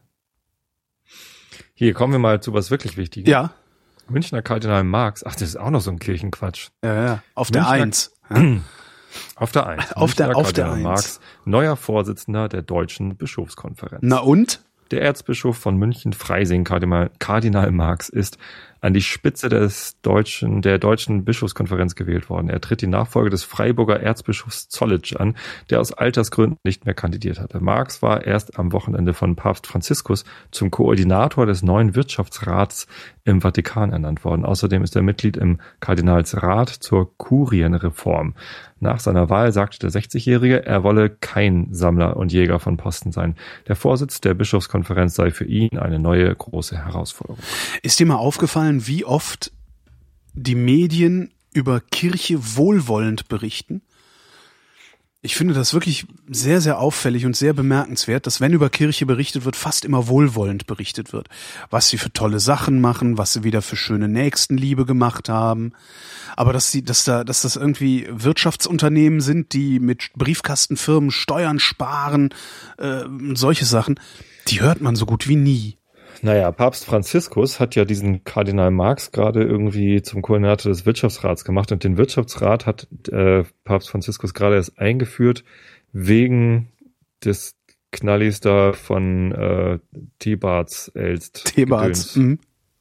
Hier, kommen wir mal zu was wirklich Wichtiges. Ja. Münchner Kardinal Marx. Ach, das ist auch noch so ein Kirchenquatsch. Ja, ja. Auf der Münchner, Eins. Ja. Auf der Eins. Auf der, auf der Kardinal Eins. Marx, neuer Vorsitzender der Deutschen Bischofskonferenz. Na und? Der Erzbischof von München-Freising, Kardinal, Kardinal Marx, ist an die Spitze des deutschen, der Deutschen Bischofskonferenz gewählt worden. Er tritt die Nachfolge des Freiburger Erzbischofs Zollitsch an, der aus Altersgründen nicht mehr kandidiert hatte. Marx war erst am Wochenende von Papst Franziskus zum Koordinator des neuen Wirtschaftsrats im Vatikan ernannt worden. Außerdem ist er Mitglied im Kardinalsrat zur Kurienreform. Nach seiner Wahl sagte der sechzigjährige, er wolle kein Sammler und Jäger von Posten sein. Der Vorsitz der Bischofskonferenz sei für ihn eine neue große Herausforderung. Ist dir mal aufgefallen, wie oft die Medien über Kirche wohlwollend berichten? Ich finde das wirklich sehr, sehr auffällig und sehr bemerkenswert, dass wenn über Kirche berichtet wird, fast immer wohlwollend berichtet wird. Was sie für tolle Sachen machen, was sie wieder für schöne Nächstenliebe gemacht haben. Aber dass sie, dass da, dass das irgendwie Wirtschaftsunternehmen sind, die mit Briefkastenfirmen Steuern sparen, äh, solche Sachen, die hört man so gut wie nie. Naja, Papst Franziskus hat ja diesen Kardinal Marx gerade irgendwie zum Koordinator des Wirtschaftsrats gemacht und den Wirtschaftsrat hat äh, Papst Franziskus gerade erst eingeführt wegen des Knallis da von äh, Thebarts Elst. Thebarts, mhm.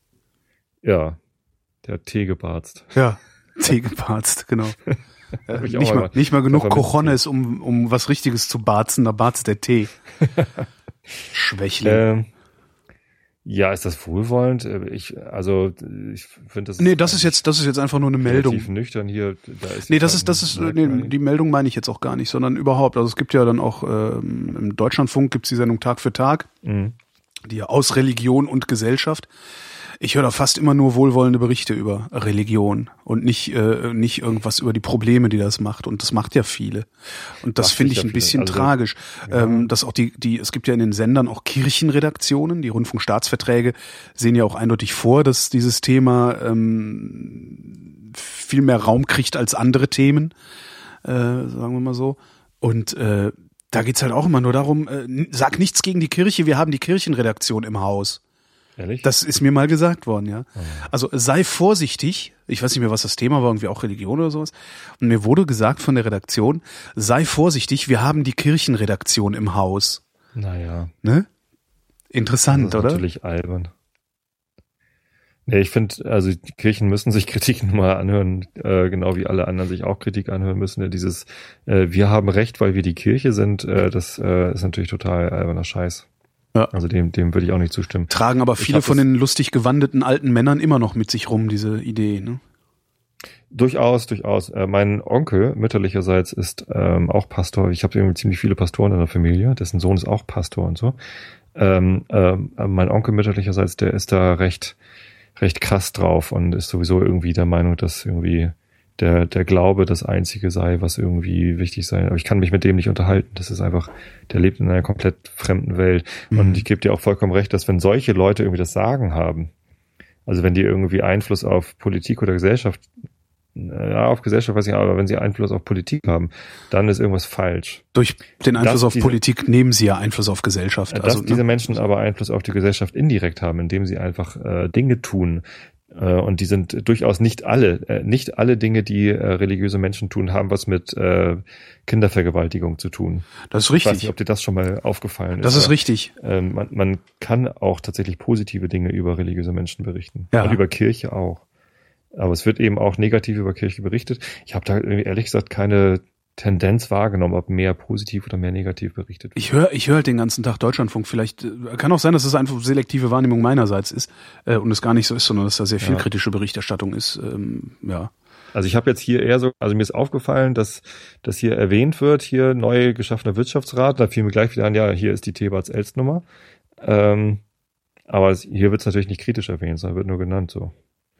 Ja, der Tegebarzt. Ja, Tegebarzt, genau. äh, nicht, mal, nicht mal genug Cojones, um, um was Richtiges zu barzen, da barzt der Tee. Schwächling. Ähm, Ja, ist das wohlwollend? Ich, also, ich finde das. Nee, das ist jetzt, das ist jetzt einfach nur eine Meldung. Relativ nüchtern hier. Da ist nee, das ist, das ist, nee, die Meldung meine ich jetzt auch gar nicht, sondern überhaupt. Also es gibt ja dann auch, ähm, im Deutschlandfunk gibt's die Sendung Tag für Tag, mhm. die ja aus Religion und Gesellschaft. Ich höre da fast immer nur wohlwollende Berichte über Religion und nicht äh, nicht irgendwas über die Probleme, die das macht. Und das macht ja viele. Und das finde ich ein bisschen also, tragisch. Ja. Ähm, dass auch die die es gibt ja in den Sendern auch Kirchenredaktionen. Die Rundfunkstaatsverträge sehen ja auch eindeutig vor, dass dieses Thema ähm, viel mehr Raum kriegt als andere Themen, äh, sagen wir mal so. Und äh, da geht's halt auch immer nur darum: äh, Sag nichts gegen die Kirche. Wir haben die Kirchenredaktion im Haus. Ehrlich? Das ist mir mal gesagt worden, ja. Oh. Also sei vorsichtig. Ich weiß nicht mehr, was das Thema war, irgendwie auch Religion oder sowas. Und mir wurde gesagt von der Redaktion, sei vorsichtig, wir haben die Kirchenredaktion im Haus. Naja. Ne? Interessant, das ist oder? Natürlich albern. Nee, ich finde, also die Kirchen müssen sich Kritik nun mal anhören, äh, genau wie alle anderen sich auch Kritik anhören müssen. Ja, dieses, äh, wir haben Recht, weil wir die Kirche sind, äh, das äh, ist natürlich total alberner Scheiß. Ja. Also dem, dem würde ich auch nicht zustimmen. Tragen aber viele von den lustig gewandeten alten Männern immer noch mit sich rum, diese Idee, ne? Durchaus, durchaus. Äh, mein Onkel mütterlicherseits ist ähm, auch Pastor. Ich habe irgendwie ziemlich viele Pastoren in der Familie. Dessen Sohn ist auch Pastor und so. Ähm, ähm, mein Onkel mütterlicherseits, der ist da recht, recht krass drauf und ist sowieso irgendwie der Meinung, dass irgendwie der der Glaube das Einzige sei, was irgendwie wichtig sei. Aber ich kann mich mit dem nicht unterhalten. Das ist einfach, der lebt in einer komplett fremden Welt. Mhm. Und ich gebe dir auch vollkommen recht, dass wenn solche Leute irgendwie das Sagen haben, also wenn die irgendwie Einfluss auf Politik oder Gesellschaft, ja, auf Gesellschaft weiß ich nicht, aber wenn sie Einfluss auf Politik haben, dann ist irgendwas falsch. Durch den Einfluss dass auf diese, Politik nehmen sie ja Einfluss auf Gesellschaft. Dass also, diese ne? Menschen aber Einfluss auf die Gesellschaft indirekt haben, indem sie einfach äh, Dinge tun, und die sind durchaus nicht alle, nicht alle Dinge, die äh, religiöse Menschen tun, haben was mit äh, Kindervergewaltigung zu tun. Das ist richtig. Ich weiß nicht, ob dir das schon mal aufgefallen ist. Das ist richtig. Ähm, man, man kann auch tatsächlich positive Dinge über religiöse Menschen berichten. Ja. Und über Kirche auch. Aber es wird eben auch negativ über Kirche berichtet. Ich habe da ehrlich gesagt keine Tendenz wahrgenommen, ob mehr positiv oder mehr negativ berichtet wird. Ich höre ich höre halt den ganzen Tag Deutschlandfunk. Vielleicht äh, kann auch sein, dass es einfach selektive Wahrnehmung meinerseits ist äh, und es gar nicht so ist, sondern dass da sehr viel ja. kritische Berichterstattung ist. Ähm, ja. Also ich habe jetzt hier eher so, also mir ist aufgefallen, dass dass hier erwähnt wird, hier neu geschaffener Wirtschaftsrat. Da fiel mir gleich wieder an, ja, hier ist die Thebarts-Elst-Nummer. Ähm, aber hier wird es natürlich nicht kritisch erwähnt, sondern wird nur genannt so.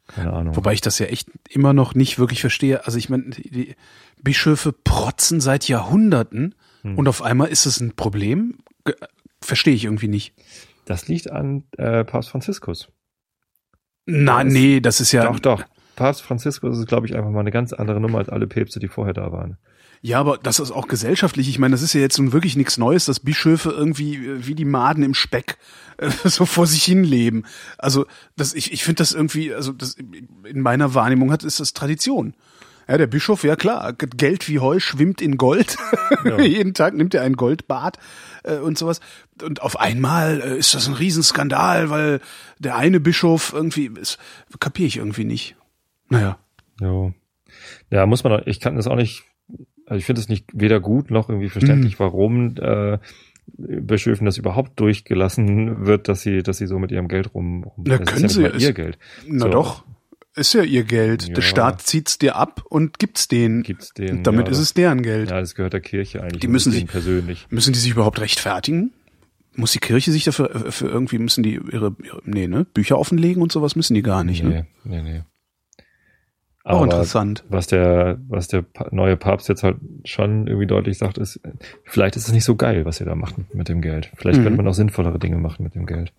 Keine Ahnung. Wobei ich das ja echt immer noch nicht wirklich verstehe. Also ich meine, die Bischöfe protzen seit Jahrhunderten hm. und auf einmal ist es ein Problem? Verstehe ich irgendwie nicht. Das liegt an äh, Papst Franziskus. Na, das nee, das ist ja... Doch, doch. Papst Franziskus ist, glaube ich, einfach mal eine ganz andere Nummer als alle Päpste, die vorher da waren. Ja, aber das ist auch gesellschaftlich. Ich meine, das ist ja jetzt nun wirklich nichts Neues, dass Bischöfe irgendwie wie die Maden im Speck äh, so vor sich hin leben. Also das, ich, ich finde das irgendwie, also das in meiner Wahrnehmung hat, ist das Tradition. Ja, der Bischof, ja klar, Geld wie Heu schwimmt in Gold. Ja. Jeden Tag nimmt er ein Goldbad äh, und sowas. Und auf einmal äh, ist das ein Riesenskandal, weil der eine Bischof irgendwie, ist, kapiere ich irgendwie nicht. Naja. Ja, ja, muss man, auch, ich kann das auch nicht, also ich finde es nicht weder gut noch irgendwie verständlich, mhm. warum äh, Bischöfen das überhaupt durchgelassen wird, dass sie, dass sie so mit ihrem Geld rum, rum Na, das können ist ja sie nicht mal ihr Geld. Na so. doch. Ist ja ihr Geld. Ja. Der Staat zieht's dir ab und gibt's denen. Gibt's denen. Und damit ja, ist es deren Geld. Ja, das gehört der Kirche eigentlich. Die müssen sich persönlich. Müssen die sich überhaupt rechtfertigen? Muss die Kirche sich dafür für irgendwie müssen die ihre, ihre nee, ne, Bücher offenlegen und sowas müssen die gar nicht, nee, ne? Nee, nee. Auch Aber interessant. Was der, was der neue Papst jetzt halt schon irgendwie deutlich sagt, ist, vielleicht ist es nicht so geil, was ihr da macht mit dem Geld. Vielleicht mhm. könnte man auch sinnvollere Dinge machen mit dem Geld.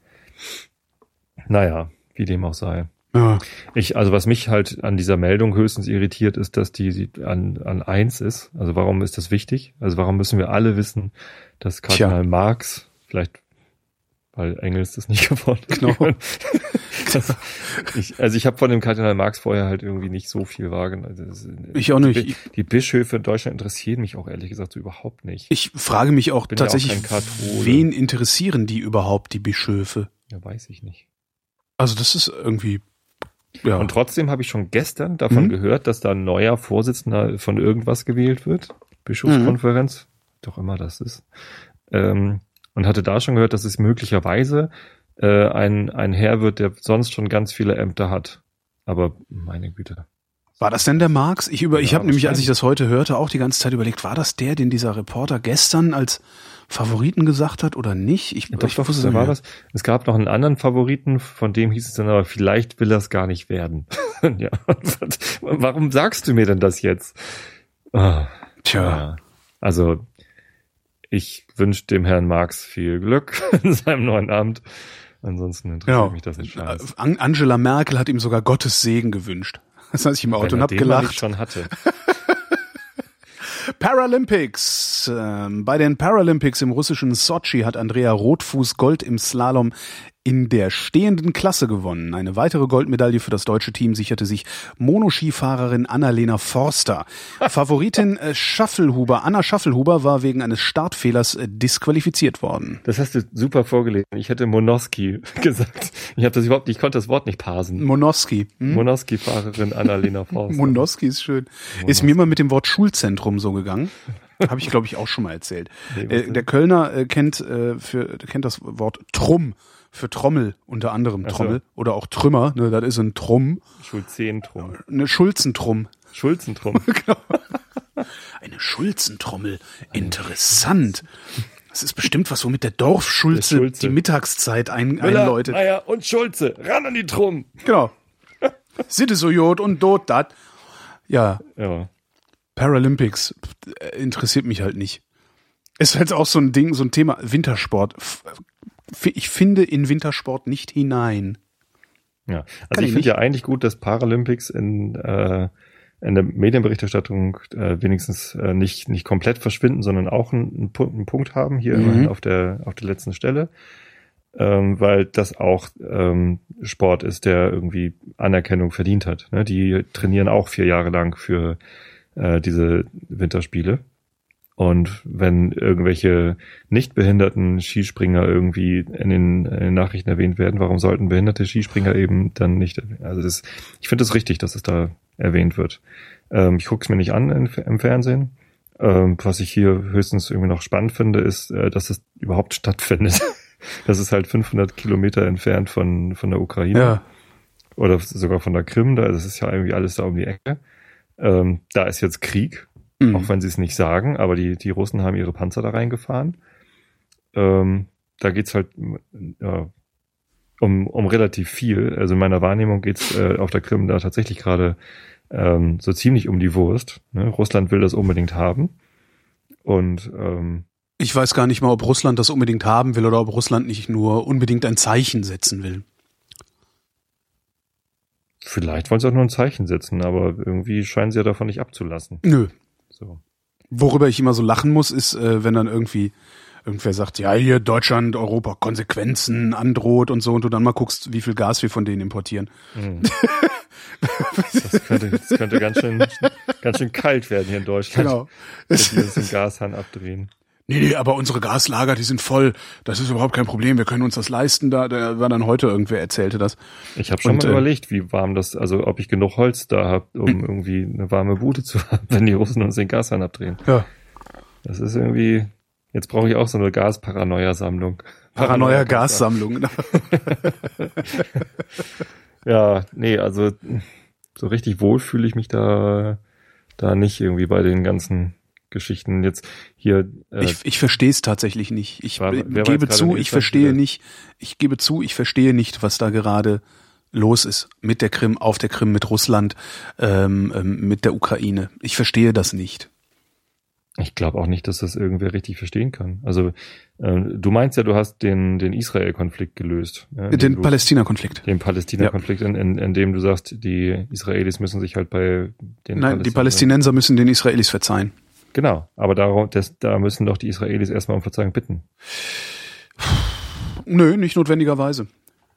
Naja, wie dem auch sei. Ja. Ich, also was mich halt an dieser Meldung höchstens irritiert, ist, dass die an, an eins ist. Also warum ist das wichtig? Also warum müssen wir alle wissen, dass Kardinal Tja. Marx, vielleicht weil Engels das nicht geworden ist. Genau. Das, ich, also ich habe von dem Kardinal Marx vorher halt irgendwie nicht so viel wahrgenommen. Also das, ich auch nicht. Die, die Bischöfe in Deutschland interessieren mich auch ehrlich gesagt so überhaupt nicht. Ich frage mich auch Bin tatsächlich, ja auch wen interessieren die überhaupt, die Bischöfe? Ja, weiß ich nicht. Also das ist irgendwie... Ja. Und trotzdem habe ich schon gestern davon mhm. gehört, dass da ein neuer Vorsitzender von irgendwas gewählt wird. Bischofskonferenz, mhm. doch immer das ist. Ähm, und hatte da schon gehört, dass es möglicherweise äh, ein, ein Herr wird, der sonst schon ganz viele Ämter hat. Aber meine Güte. War das denn der Marx? Ich über, ja, ich habe nämlich, als ich das heute hörte, auch die ganze Zeit überlegt, war das der, den dieser Reporter gestern als Favoriten gesagt hat oder nicht? Ich, ja, doch, ich doch, wusste, war das. Es gab noch einen anderen Favoriten, von dem hieß es dann aber, vielleicht will er es gar nicht werden. Ja. Warum sagst du mir denn das jetzt? Oh, Tja. Ja. Also, ich wünsche dem Herrn Marx viel Glück in seinem neuen Amt. Ansonsten interessiert ja. mich das nicht scheiße. Angela Merkel hat ihm sogar Gottes Segen gewünscht. Das saß ich im Auto und hab gelacht. Schon hatte. Paralympics. Ähm, bei den Paralympics im russischen Sochi hat Andrea Rotfuß Gold im Slalom in der stehenden Klasse gewonnen. Eine weitere Goldmedaille für das deutsche Team sicherte sich Monoskifahrerin Annalena Forster. Favoritin äh, Schaffelhuber, Anna Schaffelhuber, war wegen eines Startfehlers äh, disqualifiziert worden. Das hast du super vorgelesen. Ich hätte Monoski gesagt. Ich habe das überhaupt nicht, ich konnte das Wort nicht parsen. Monoski. Hm? Monoski-Fahrerin Annalena Forster. Monoski ist schön. Monoski. Ist mir mal mit dem Wort Schulzentrum so gegangen. Habe ich, glaube ich, auch schon mal erzählt. Nee, äh, der Kölner äh, kennt äh, für kennt das Wort Trumm. Für Trommel, unter anderem Trommel. So. Oder auch Trümmer, ne, das ist ein Trumm. Schulzentrum. Eine Schulzentrum. Schulzentrum. Genau. Eine Schulzentrommel. Interessant. Das ist bestimmt was, womit der Dorfschulze der die Mittagszeit ein, Müller, einläutet. Meier und Schulze, ran an die Trumm. Genau. Sitte so Jod und dort dat. Ja. Ja. Paralympics interessiert mich halt nicht. Ist halt auch so ein Ding, so ein Thema Wintersport. Ich finde in Wintersport nicht hinein. Ja, also ich, ich finde ja eigentlich gut, dass Paralympics in, äh, in der Medienberichterstattung äh, wenigstens äh, nicht nicht komplett verschwinden, sondern auch einen, einen Punkt haben, hier mhm. auf der auf der letzten Stelle, ähm, weil das auch ähm, Sport ist, der irgendwie Anerkennung verdient hat. Ne? Die trainieren auch vier Jahre lang für äh, diese Winterspiele. Und wenn irgendwelche nicht behinderten Skispringer irgendwie in den, in den Nachrichten erwähnt werden, warum sollten behinderte Skispringer eben dann nicht? Also das, ich finde es richtig, dass es da erwähnt wird. Ähm, ich gucke es mir nicht an in, im Fernsehen. Ähm, was ich hier höchstens irgendwie noch spannend finde, ist, äh, dass es überhaupt stattfindet. Das ist halt fünfhundert Kilometer entfernt von von der Ukraine ja. oder sogar von der Krim. Da, das ist ja irgendwie alles da um die Ecke. Ähm, da ist jetzt Krieg. Mhm. Auch wenn sie es nicht sagen, aber die, die Russen haben ihre Panzer da reingefahren. Ähm, da geht's halt, ja, um, um relativ viel. Also in meiner Wahrnehmung geht's äh, auf der Krim da tatsächlich gerade ähm, so ziemlich um die Wurst. Ne? Russland will das unbedingt haben. Und ähm, ich weiß gar nicht mal, ob Russland das unbedingt haben will oder ob Russland nicht nur unbedingt ein Zeichen setzen will. Vielleicht wollen sie auch nur ein Zeichen setzen, aber irgendwie scheinen sie ja davon nicht abzulassen. Nö. So. Worüber ich immer so lachen muss, ist, äh, wenn dann irgendwie irgendwer sagt, ja, hier Deutschland, Europa, Konsequenzen androht und so, und du dann mal guckst, wie viel Gas wir von denen importieren. Mhm. Das könnte, das könnte ganz schön, ganz schön kalt werden hier in Deutschland. Genau. Wenn die uns den Gashahn abdrehen. Nee, nee, aber unsere Gaslager, die sind voll. Das ist überhaupt kein Problem. Wir können uns das leisten. Da, da war dann heute irgendwer erzählte das. Ich habe schon Und, mal äh, überlegt, wie warm das, also ob ich genug Holz da habe, um hm. irgendwie eine warme Bude zu haben, wenn die Russen uns den Gashahn abdrehen. Ja. Das ist irgendwie, jetzt brauche ich auch so eine Gasparanoia-Sammlung. Paranoia Gassammlung. Ja, nee, also so richtig wohl fühle ich mich da da nicht irgendwie bei den ganzen Geschichten jetzt hier. Äh, ich ich verstehe es tatsächlich nicht. Ich war, gebe zu, ich verstehe nicht. Ich gebe zu, ich verstehe nicht, was da gerade los ist mit der Krim, auf der Krim, mit Russland, ähm, ähm, mit der Ukraine. Ich verstehe das nicht. Ich glaube auch nicht, dass das irgendwer richtig verstehen kann. Also ähm, du meinst ja, du hast den den Israel-Konflikt gelöst. Ja, den Palästina-Konflikt. Den Palästina-Konflikt, ja. in, in, in dem du sagst, die Israelis müssen sich halt bei den Nein, die Palästinenser müssen den Israelis verzeihen. Genau, aber darum, das, da müssen doch die Israelis erstmal um Verzeihung bitten. Nö, nicht notwendigerweise.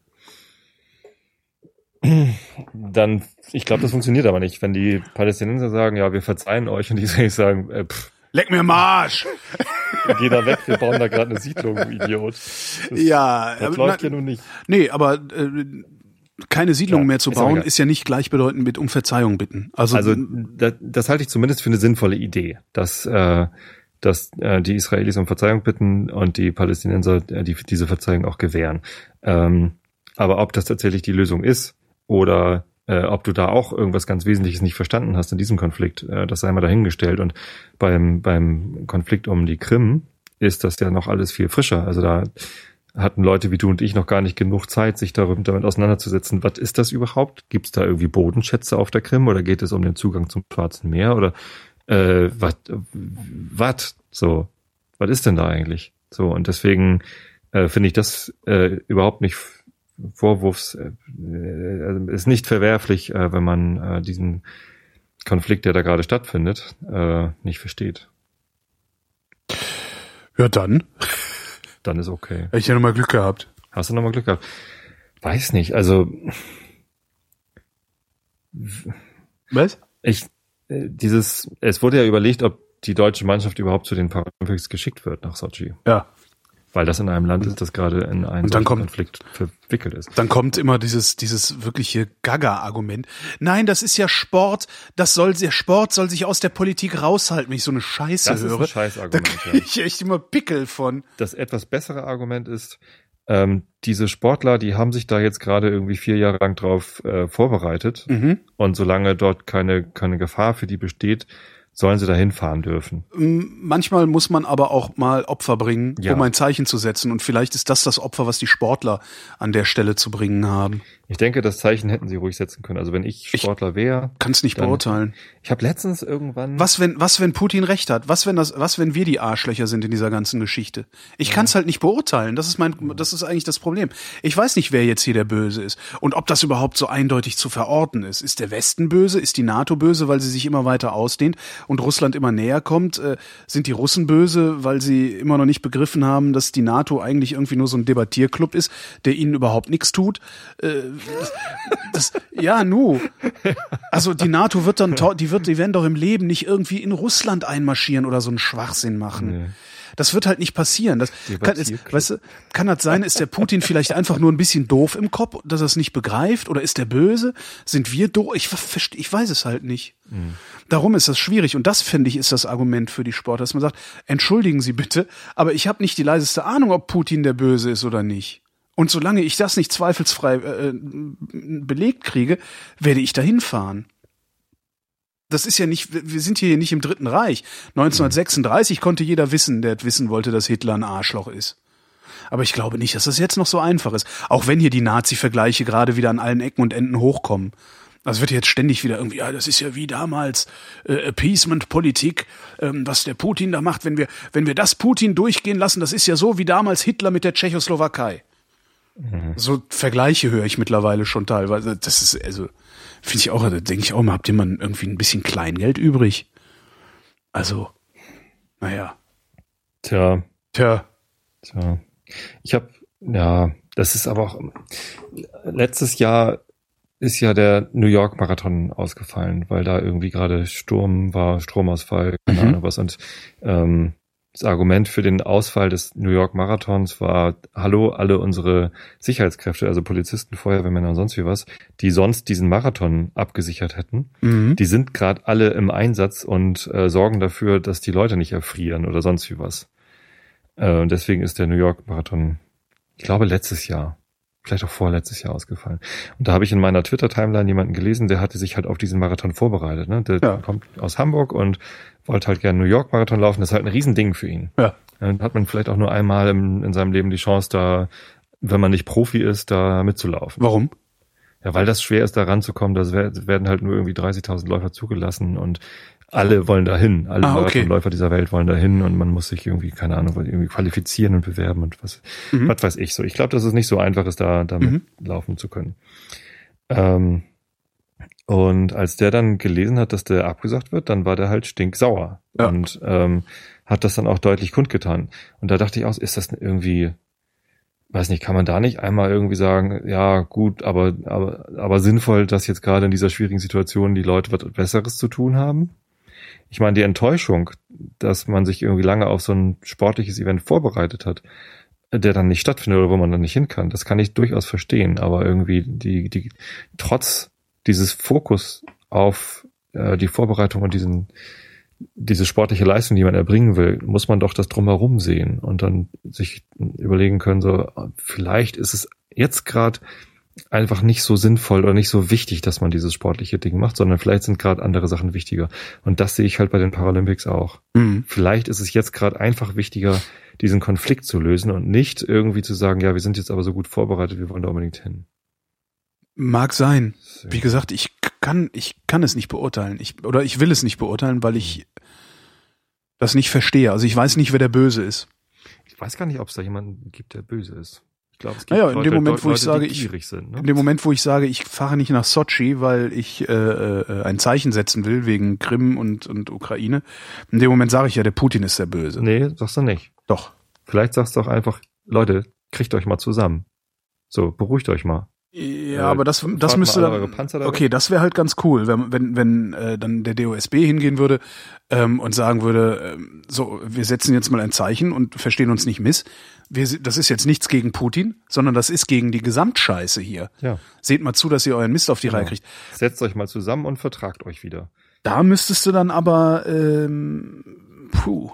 Dann, ich glaube, das funktioniert aber nicht. Wenn die Palästinenser sagen, ja, wir verzeihen euch, und die Israelis sagen, äh, pff, leck mir am Arsch! Geh da weg, wir bauen da gerade eine Siedlung, du Idiot. Das, ja, das aber, läuft na, ja nun nicht. Nee, aber äh, keine Siedlung ja, mehr zu bauen, ist, ist ja nicht gleichbedeutend mit um Verzeihung bitten. Also, also das, das halte ich zumindest für eine sinnvolle Idee, dass, äh, dass äh, die Israelis um Verzeihung bitten und die Palästinenser äh, die, diese Verzeihung auch gewähren. Ähm, aber ob das tatsächlich die Lösung ist oder äh, ob du da auch irgendwas ganz Wesentliches nicht verstanden hast in diesem Konflikt, äh, das sei mal dahingestellt. Und beim, beim Konflikt um die Krim ist das ja noch alles viel frischer. Also da hatten Leute wie du und ich noch gar nicht genug Zeit, sich darüber, damit auseinanderzusetzen. Was ist das überhaupt? Gibt es da irgendwie Bodenschätze auf der Krim oder geht es um den Zugang zum Schwarzen Meer oder äh, was? Was? So, was ist denn da eigentlich? So, und deswegen äh, finde ich das äh, überhaupt nicht Vorwurfs, äh, äh, ist nicht verwerflich, äh, wenn man äh, diesen Konflikt, der da gerade stattfindet, äh, nicht versteht. Ja, dann. Dann ist okay. Hätte ich ja nochmal Glück gehabt. Hast du nochmal Glück gehabt? Weiß nicht, also was? Ich, äh, dieses, es wurde ja überlegt, ob die deutsche Mannschaft überhaupt zu den Paralympics geschickt wird nach Sochi. Ja. Weil das in einem Land ist, das gerade in einen und dann kommt, Konflikt verwickelt ist. Dann kommt immer dieses dieses wirkliche Gaga-Argument. Nein, das ist ja Sport. Das soll der Sport soll sich aus der Politik raushalten, wenn ich so eine Scheiße das höre. Das ist ein Scheißargument. Da kriege ich echt immer Pickel von. Das etwas bessere Argument ist, ähm, diese Sportler, die haben sich da jetzt gerade irgendwie vier Jahre lang drauf äh, vorbereitet. Mhm. Und solange dort keine keine Gefahr für die besteht, sollen sie da hinfahren dürfen. Manchmal muss man aber auch mal Opfer bringen, ja. um ein Zeichen zu setzen. Und vielleicht ist das das Opfer, was die Sportler an der Stelle zu bringen haben. Ich denke, das Zeichen hätten sie ruhig setzen können. Also wenn ich Sportler wäre... Kann es nicht beurteilen. Ich habe letztens irgendwann... Was wenn was wenn Putin recht hat? Was wenn das was wenn wir die Arschlöcher sind in dieser ganzen Geschichte? Ich ja. kann es halt nicht beurteilen. Das ist mein das ist eigentlich das Problem. Ich weiß nicht, wer jetzt hier der Böse ist und ob das überhaupt so eindeutig zu verorten ist. Ist der Westen böse? Ist die NATO böse, weil sie sich immer weiter ausdehnt und Russland immer näher kommt? Äh, sind die Russen böse, weil sie immer noch nicht begriffen haben, dass die NATO eigentlich irgendwie nur so ein Debattierclub ist, der ihnen überhaupt nichts tut? Äh, das, ja, nu. Also die NATO wird dann, die wird, die werden doch im Leben nicht irgendwie in Russland einmarschieren oder so einen Schwachsinn machen. Nee. Das wird halt nicht passieren. Das kann, ist, weißt du, kann das sein, ist der Putin vielleicht einfach nur ein bisschen doof im Kopf, dass er es nicht begreift? Oder ist der böse? Sind wir doof? Ich, ich weiß es halt nicht. Mhm. Darum ist das schwierig. Und das, finde ich, ist das Argument für die Sportler, dass man sagt, entschuldigen Sie bitte, aber ich habe nicht die leiseste Ahnung, ob Putin der Böse ist oder nicht. Und solange ich das nicht zweifelsfrei äh, belegt kriege, werde ich dahin fahren. Das ist ja nicht, wir sind hier nicht im Dritten Reich. neunzehnhundertsechsunddreißig konnte jeder wissen, der wissen wollte, dass Hitler ein Arschloch ist. Aber ich glaube nicht, dass das jetzt noch so einfach ist. Auch wenn hier die Nazi-Vergleiche gerade wieder an allen Ecken und Enden hochkommen. Also wird jetzt ständig wieder irgendwie, ja, das ist ja wie damals äh, Appeasement-Politik, ähm, was der Putin da macht. Wenn wir, wenn wir das Putin durchgehen lassen, das ist ja so wie damals Hitler mit der Tschechoslowakei. Mhm. So Vergleiche höre ich mittlerweile schon teilweise. Das ist, also, finde ich auch, da denke ich auch mal, habt ihr mal irgendwie ein bisschen Kleingeld übrig? Also, naja. Tja. Tja. Tja. Ich habe, ja, das ist aber auch, letztes Jahr ist ja der New York Marathon ausgefallen, weil da irgendwie gerade Sturm war, Stromausfall, keine mhm. Ahnung was. Und ähm, das Argument für den Ausfall des New York Marathons war, hallo, alle unsere Sicherheitskräfte, also Polizisten, Feuerwehrmänner und sonst wie was, die sonst diesen Marathon abgesichert hätten, mhm. die sind gerade alle im Einsatz und äh, sorgen dafür, dass die Leute nicht erfrieren oder sonst wie was. Äh, und deswegen ist der New York Marathon, ich glaube, letztes Jahr, vielleicht auch vorletztes Jahr ausgefallen. Und da habe ich in meiner Twitter-Timeline jemanden gelesen, der hatte sich halt auf diesen Marathon vorbereitet. Ne? Der ja. kommt aus Hamburg und wollte halt gerne New York Marathon laufen. Das ist halt ein Riesending für ihn. Ja. Dann hat man vielleicht auch nur einmal im, in seinem Leben die Chance, da, wenn man nicht Profi ist, da mitzulaufen. Warum? Ja, weil das schwer ist, da ranzukommen. Da werden halt nur irgendwie dreißigtausend Läufer zugelassen und alle wollen dahin. Alle ah, okay. Läufer dieser Welt wollen dahin und man muss sich irgendwie, keine Ahnung, irgendwie qualifizieren und bewerben und was, mhm. was weiß ich so. Ich glaube, dass es nicht so einfach ist, da damit mhm. laufen zu können. Ähm, und als der dann gelesen hat, dass der abgesagt wird, dann war der halt stinksauer ja. und ähm, hat das dann auch deutlich kundgetan. Und da dachte ich auch, ist das irgendwie, weiß nicht, kann man da nicht einmal irgendwie sagen, ja gut, aber aber aber sinnvoll, dass jetzt gerade in dieser schwierigen Situation die Leute was Besseres zu tun haben? Ich meine, die Enttäuschung, dass man sich irgendwie lange auf so ein sportliches Event vorbereitet hat, der dann nicht stattfindet oder wo man dann nicht hin kann, das kann ich durchaus verstehen. Aber irgendwie die, die, trotz dieses Fokus auf äh, die Vorbereitung und diesen, diese sportliche Leistung, die man erbringen will, muss man doch das Drumherum sehen und dann sich überlegen können, so, vielleicht ist es jetzt gerade einfach nicht so sinnvoll oder nicht so wichtig, dass man dieses sportliche Ding macht, sondern vielleicht sind gerade andere Sachen wichtiger. Und das sehe ich halt bei den Paralympics auch. Mhm. Vielleicht ist es jetzt gerade einfach wichtiger, diesen Konflikt zu lösen und nicht irgendwie zu sagen, ja, wir sind jetzt aber so gut vorbereitet, wir wollen da unbedingt hin. Mag sein. Wie gesagt, ich kann, ich kann es nicht beurteilen. Ich, oder ich will es nicht beurteilen, weil ich das nicht verstehe. Also ich weiß nicht, wer der Böse ist. Ich weiß gar nicht, ob es da jemanden gibt, der böse ist. Ich glaube, es gibt naja, in Leute, dem Moment, wo Leute, ich sage, die ich, sind, ne? in dem Moment, wo ich sage, ich fahre nicht nach Sochi, weil ich äh, äh, ein Zeichen setzen will wegen Krim und und Ukraine, in dem Moment sage ich ja, der Putin ist der Böse. Nee, sagst du nicht. Doch. Vielleicht sagst du auch einfach, Leute, kriegt euch mal zusammen. So, beruhigt euch mal. Ja, äh, aber das das müsste dann, okay, das wäre halt ganz cool, wenn wenn wenn äh, dann der D O S B hingehen würde ähm, und sagen würde, ähm, so, wir setzen jetzt mal ein Zeichen und verstehen uns nicht miss. Wir, das ist jetzt nichts gegen Putin, sondern das ist gegen die Gesamtscheiße hier. Ja. Seht mal zu, dass ihr euren Mist auf die genau. Reihe kriegt. Setzt euch mal zusammen und vertragt euch wieder. Da müsstest du dann aber, ähm, puh,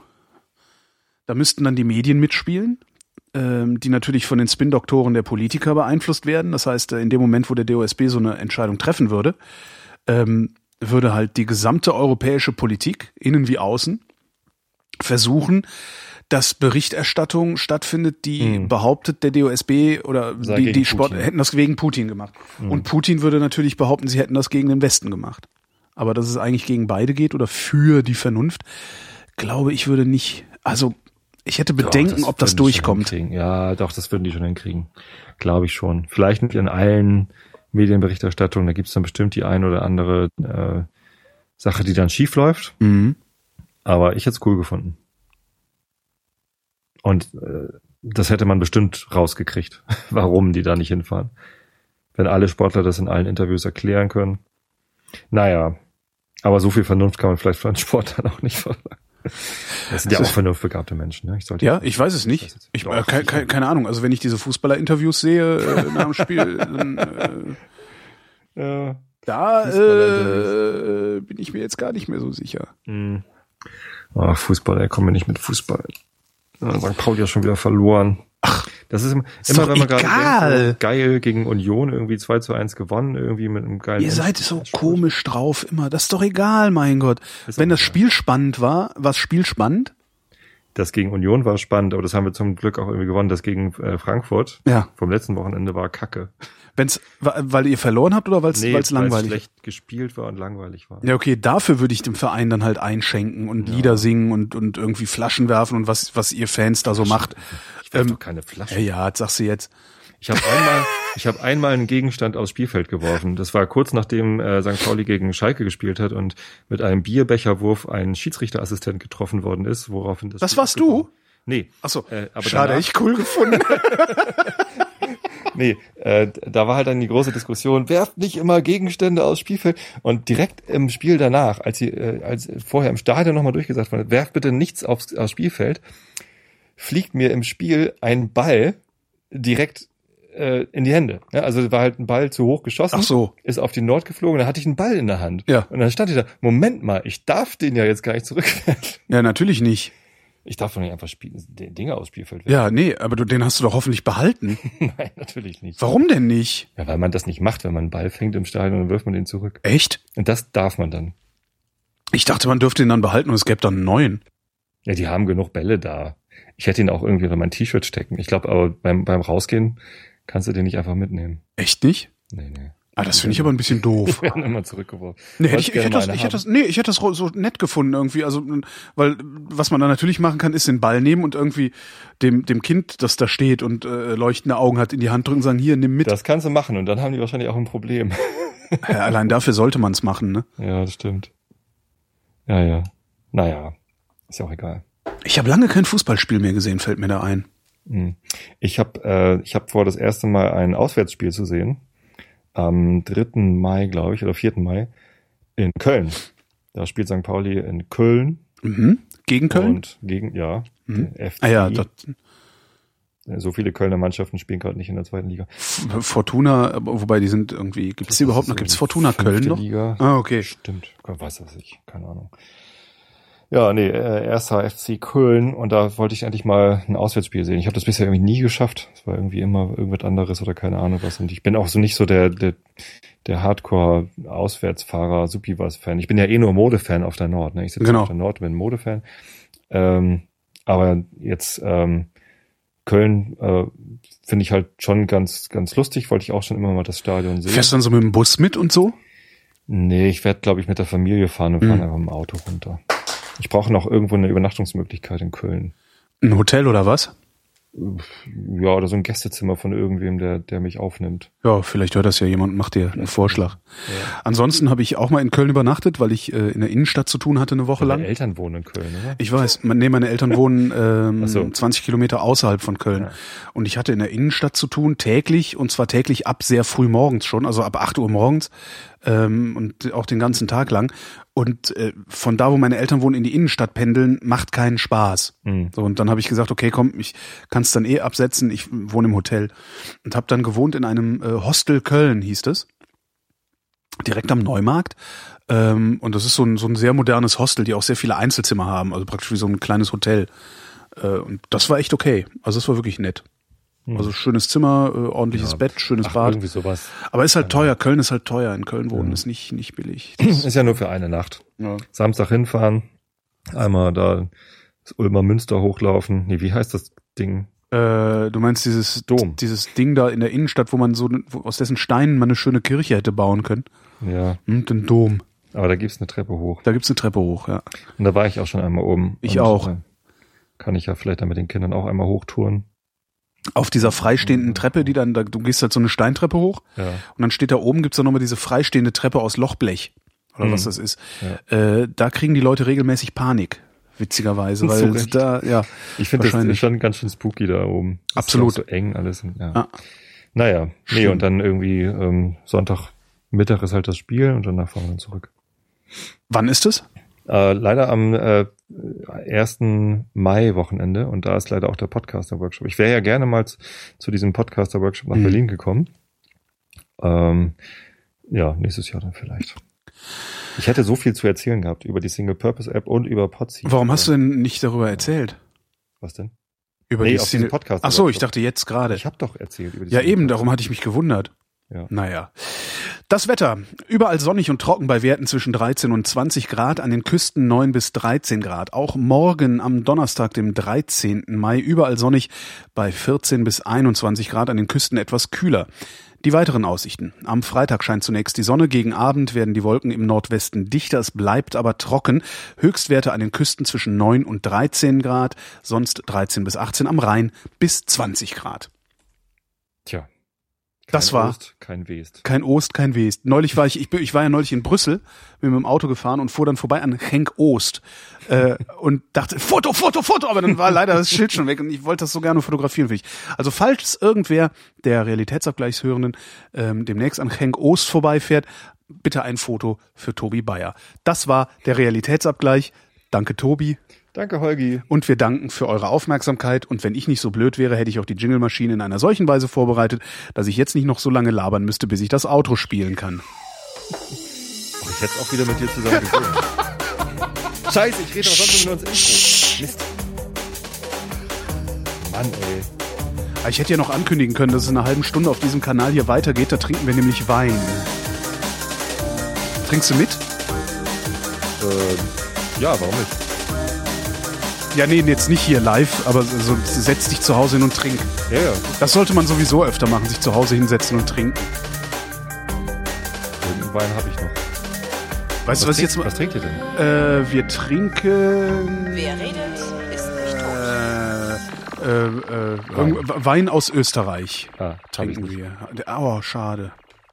da müssten dann die Medien mitspielen, ähm, die natürlich von den Spin-Doktoren der Politiker beeinflusst werden. Das heißt, in dem Moment, wo der D O S B so eine Entscheidung treffen würde, ähm, würde halt die gesamte europäische Politik, innen wie außen, versuchen, dass Berichterstattung stattfindet, die hm. behauptet, der D O S B oder Sei die, die Sport Putin. hätten das wegen Putin gemacht. Hm. Und Putin würde natürlich behaupten, sie hätten das gegen den Westen gemacht. Aber dass es eigentlich gegen beide geht oder für die Vernunft, glaube ich, würde nicht, also ich hätte Bedenken, doch, ob das durchkommt. Ja, doch, das würden die schon hinkriegen. Glaube ich schon. Vielleicht nicht in allen Medienberichterstattungen, da gibt es dann bestimmt die ein oder andere äh, Sache, die dann schief läuft. Mhm. Aber ich hätte es cool gefunden. Und äh, das hätte man bestimmt rausgekriegt, warum die da nicht hinfahren. Wenn alle Sportler das in allen Interviews erklären können. Naja, aber so viel Vernunft kann man vielleicht von Sportlern auch nicht verlangen. Das sind ja auch vernunftbegabte Menschen. Ne? Ich sollte ja, ich weiß es nicht. Ich, ich äh, keine, keine, keine Ahnung. Also wenn ich diese Fußballer-Interviews sehe äh, nach dem Spiel, dann äh, ja, da äh, bin ich mir jetzt gar nicht mehr so sicher. Hm. Ach, Fußball, ey, komm mir nicht mit Fußball. Sankt Pauli hat schon wieder verloren. Ach, das ist immer, ist immer wenn man gerade denkt, so geil gegen Union irgendwie zwei zu eins gewonnen, irgendwie mit einem geilen... Ihr seid so komisch drauf immer. Das ist doch egal, mein Gott. Ist wenn das Spiel spannend war, war das Spiel spannend? Das gegen Union war spannend, aber das haben wir zum Glück auch irgendwie gewonnen. Das gegen äh, Frankfurt Ja. vom letzten Wochenende war Kacke. Wenn's, weil ihr verloren habt oder weil es Nee, langweilig weil es ist? schlecht gespielt war und langweilig war. Ja, okay, dafür würde ich dem Verein dann halt einschenken und Ja. Lieder singen und, und irgendwie Flaschen werfen und was, was ihr Fans da so macht. Ich werf Ähm, doch keine Flasche. Ja, ja, das sagst du jetzt. Ich habe einmal, ich habe einmal einen Gegenstand aufs Spielfeld geworfen. Das war kurz nachdem äh, Sankt Pauli gegen Schalke gespielt hat und mit einem Bierbecherwurf ein Schiedsrichterassistent getroffen worden ist, woraufhin das. Das Spiel warst du? Nee. Ach so. Äh, aber Schade, danach, echt cool gefunden. Nee, äh, da war halt dann die große Diskussion, werft nicht immer Gegenstände aufs Spielfeld. Und direkt im Spiel danach, als sie, äh, als vorher im Stadion nochmal durchgesagt wurde, werft bitte nichts aufs, aufs Spielfeld, fliegt mir im Spiel ein Ball direkt äh, in die Hände. Ja, also war halt ein Ball zu hoch geschossen, Ach so. ist auf die Nord geflogen, da hatte ich einen Ball in der Hand. Ja. Und dann stand ich da, Moment mal, ich darf den ja jetzt gar nicht zurückwerfen. Ja, natürlich nicht. Ich darf doch nicht einfach Spiel, Dinge aufs Spielfeld werfen. Ja, nee, aber du, den hast du doch hoffentlich behalten. Nein, natürlich nicht. Warum denn nicht? Ja, weil man das nicht macht, wenn man einen Ball fängt im Stadion, dann wirft man den zurück. Echt? Und das darf man dann. Ich dachte, man dürfte ihn dann behalten und es gäbe dann einen neuen. Ja, die haben genug Bälle da. Ich hätte ihn auch irgendwie in mein T-Shirt stecken. Ich glaube, aber beim, beim Rausgehen kannst du den nicht einfach mitnehmen. Echt nicht? Nee, nee. Ah, das finde ich aber ein bisschen doof. Die werden immer zurückgeworfen. Nee, hätte Wollte ich, ich, hätte gerne das, mal ich eine hätte das, nee, ich hätte das so nett gefunden irgendwie, also, weil, was man dann natürlich machen kann, ist den Ball nehmen und irgendwie dem, dem Kind, das da steht und äh, leuchtende Augen hat, in die Hand drücken und sagen, hier, nimm mit. Das kannst du machen und dann haben die wahrscheinlich auch ein Problem. Ja, allein dafür sollte man es machen, ne? Ja, das stimmt. Ja, ja. Naja, ist ja auch egal. Ich habe lange kein Fußballspiel mehr gesehen, fällt mir da ein. Hm. Ich habe äh, ich hab vor, das erste Mal ein Auswärtsspiel zu sehen. Am dritten Mai, glaube ich, oder vierten Mai in Köln. Da spielt Sankt Pauli in Köln. Mhm. Gegen Köln? Und gegen, ja, Mhm. F C. Ah ja, das, So viele Kölner Mannschaften spielen gerade nicht in der zweiten Liga. Fortuna, wobei die sind irgendwie, gibt es die überhaupt noch? Gibt es Fortuna Köln noch? Liga. Ah, okay. Stimmt, Gott weiß das ich, keine Ahnung. Ja, nee, äh, erster F C Köln und da wollte ich endlich mal ein Auswärtsspiel sehen. Ich habe das bisher irgendwie nie geschafft. Es war irgendwie immer irgendwas anderes oder keine Ahnung was. Und ich bin auch so nicht so der der, der Hardcore-Auswärtsfahrer, Supi-was-Fan. Ich bin ja eh nur Modefan auf der Nord. Ne? Ich sitze Genau. auf der Nord, bin Modefan. Ähm, aber jetzt ähm, Köln äh, finde ich halt schon ganz ganz lustig. Wollte ich auch schon immer mal das Stadion sehen. Fährst du dann so mit dem Bus mit und so? Nee, ich werde, glaube ich, mit der Familie fahren und Mhm. fahren einfach mit dem Auto runter. Ich brauche noch irgendwo eine Übernachtungsmöglichkeit in Köln. Ein Hotel oder was? Ja, oder so ein Gästezimmer von irgendwem, der der mich aufnimmt. Ja, vielleicht hört das ja jemand und macht dir einen Vorschlag. Ja. Ansonsten habe ich auch mal in Köln übernachtet, weil ich äh, in der Innenstadt zu tun hatte eine Woche lang. Meine Eltern wohnen in Köln, oder? Ich weiß, man, nee, meine Eltern wohnen ähm, Ach so. zwanzig Kilometer außerhalb von Köln. Ja. Und ich hatte in der Innenstadt zu tun, täglich, und zwar täglich ab sehr früh morgens schon, also ab acht Uhr morgens ähm, und auch den ganzen Tag lang. Und äh, von da, wo meine Eltern wohnen, in die Innenstadt pendeln, macht keinen Spaß. Mhm. So, und dann habe ich gesagt, okay, komm, ich kann es dann eh absetzen, ich wohne im Hotel. Und habe dann gewohnt in einem äh, Hostel Köln, hieß es. Direkt am Neumarkt. Ähm, und das ist so ein, so ein sehr modernes Hostel, die auch sehr viele Einzelzimmer haben, also praktisch wie so ein kleines Hotel. Äh, und das war echt okay. Also das war wirklich nett. Mhm. Also schönes Zimmer, äh, ordentliches Ja. Bett, schönes Ach, Bad. irgendwie sowas. Aber ist halt teuer. Köln ist halt teuer. In Köln wohnen Ja. ist nicht nicht billig. Ist ja nur für eine Nacht. Ja. Samstag hinfahren, einmal da das Ulmer Münster hochlaufen. Nee, wie heißt das Ding? Äh, du meinst dieses Dom. dieses Ding da in der Innenstadt, wo man so wo, aus dessen Steinen man eine schöne Kirche hätte bauen können. Ja, Hm, den Dom. aber da gibt's eine Treppe hoch. Da gibt's eine Treppe hoch, ja. Und da war ich auch schon einmal oben. Ich Und, auch. äh, Kann ich ja vielleicht dann mit den Kindern auch einmal hochtouren. Auf dieser freistehenden Treppe, die dann, da, du gehst halt so eine Steintreppe hoch Ja. und dann steht da oben, gibt's da nochmal diese freistehende Treppe aus Lochblech. Oder Mhm. was das ist. Ja. Äh, da kriegen die Leute regelmäßig Panik. Witzigerweise, Zu weil Recht. da, ja. Ich finde das Wahrscheinlich. schon ganz schön spooky da oben. Das Absolut. Ist ja auch so eng alles. Und, ja. Ah. Naja, nee, Stimmt. und dann irgendwie ähm, Sonntagmittag ist halt das Spiel und danach fahren wir dann zurück. Wann ist es? Äh, leider am äh, ersten Mai-Wochenende und da ist leider auch der Podcaster-Workshop. Ich wäre ja gerne mal zu, zu diesem Podcaster-Workshop nach Mhm. Berlin gekommen. Ähm, ja, nächstes Jahr dann vielleicht. Ich hätte so viel zu erzählen gehabt über die Single-Purpose-App und über Podseed. Warum hast du denn nicht darüber erzählt? Was denn? Über Nee, die auf diesem Single- Podcast. Ach so, ich dachte jetzt gerade. Ich habe doch erzählt über die Ja, eben, Single-Purpose. darum hatte ich mich gewundert. Ja. Naja. Das Wetter. Überall sonnig und trocken bei Werten zwischen dreizehn und zwanzig Grad, an den Küsten neun bis dreizehn Grad. Auch morgen am Donnerstag, dem dreizehnten Mai, überall sonnig bei vierzehn bis einundzwanzig Grad, an den Küsten etwas kühler. Die weiteren Aussichten. Am Freitag scheint zunächst die Sonne, gegen Abend werden die Wolken im Nordwesten dichter, es bleibt aber trocken. Höchstwerte an den Küsten zwischen neun und dreizehn Grad, sonst dreizehn bis achtzehn, am Rhein bis zwanzig Grad. Tja. Kein Das war Ost, kein West. Kein Ost, kein West. Neulich war ich, ich, ich war ja neulich in Brüssel, bin mit dem Auto gefahren und fuhr dann vorbei an Henk Oost äh, und dachte, Foto, Foto, Foto, aber dann war leider das Schild schon weg und ich wollte das so gerne fotografieren. Für ich. Also falls irgendwer der Realitätsabgleichshörenden ähm, demnächst an Henk Oost vorbeifährt, bitte ein Foto für Tobi Bayer. Das war der Realitätsabgleich. Danke, Tobi. Danke, Holgi. Und wir danken für eure Aufmerksamkeit. Und wenn ich nicht so blöd wäre, hätte ich auch die Jingle-Maschine in einer solchen Weise vorbereitet, dass ich jetzt nicht noch so lange labern müsste, bis ich das Outro spielen kann. Oh, ich hätte auch wieder mit dir zusammen gesungen. Scheiße, ich rede doch sonst nur ins Intro. Mist. Mann, ey. Ich hätte ja noch ankündigen können, dass es in einer halben Stunde auf diesem Kanal hier weitergeht. Da trinken wir nämlich Wein. Trinkst du mit? Ähm, ja, warum nicht? Ja, nee, jetzt nicht hier live, aber so, setz dich zu Hause hin und trink. Ja, ja. Das sollte man sowieso öfter machen, sich zu Hause hinsetzen und trinken. Irgendeinen Wein habe ich noch. Weißt du, was, was jetzt... Was trinkt ihr denn? Äh, wir trinken... Wer redet, ist nicht tot. Äh, äh, äh, Wein. Wein aus Österreich Ah, trinken wir. Oh, schade.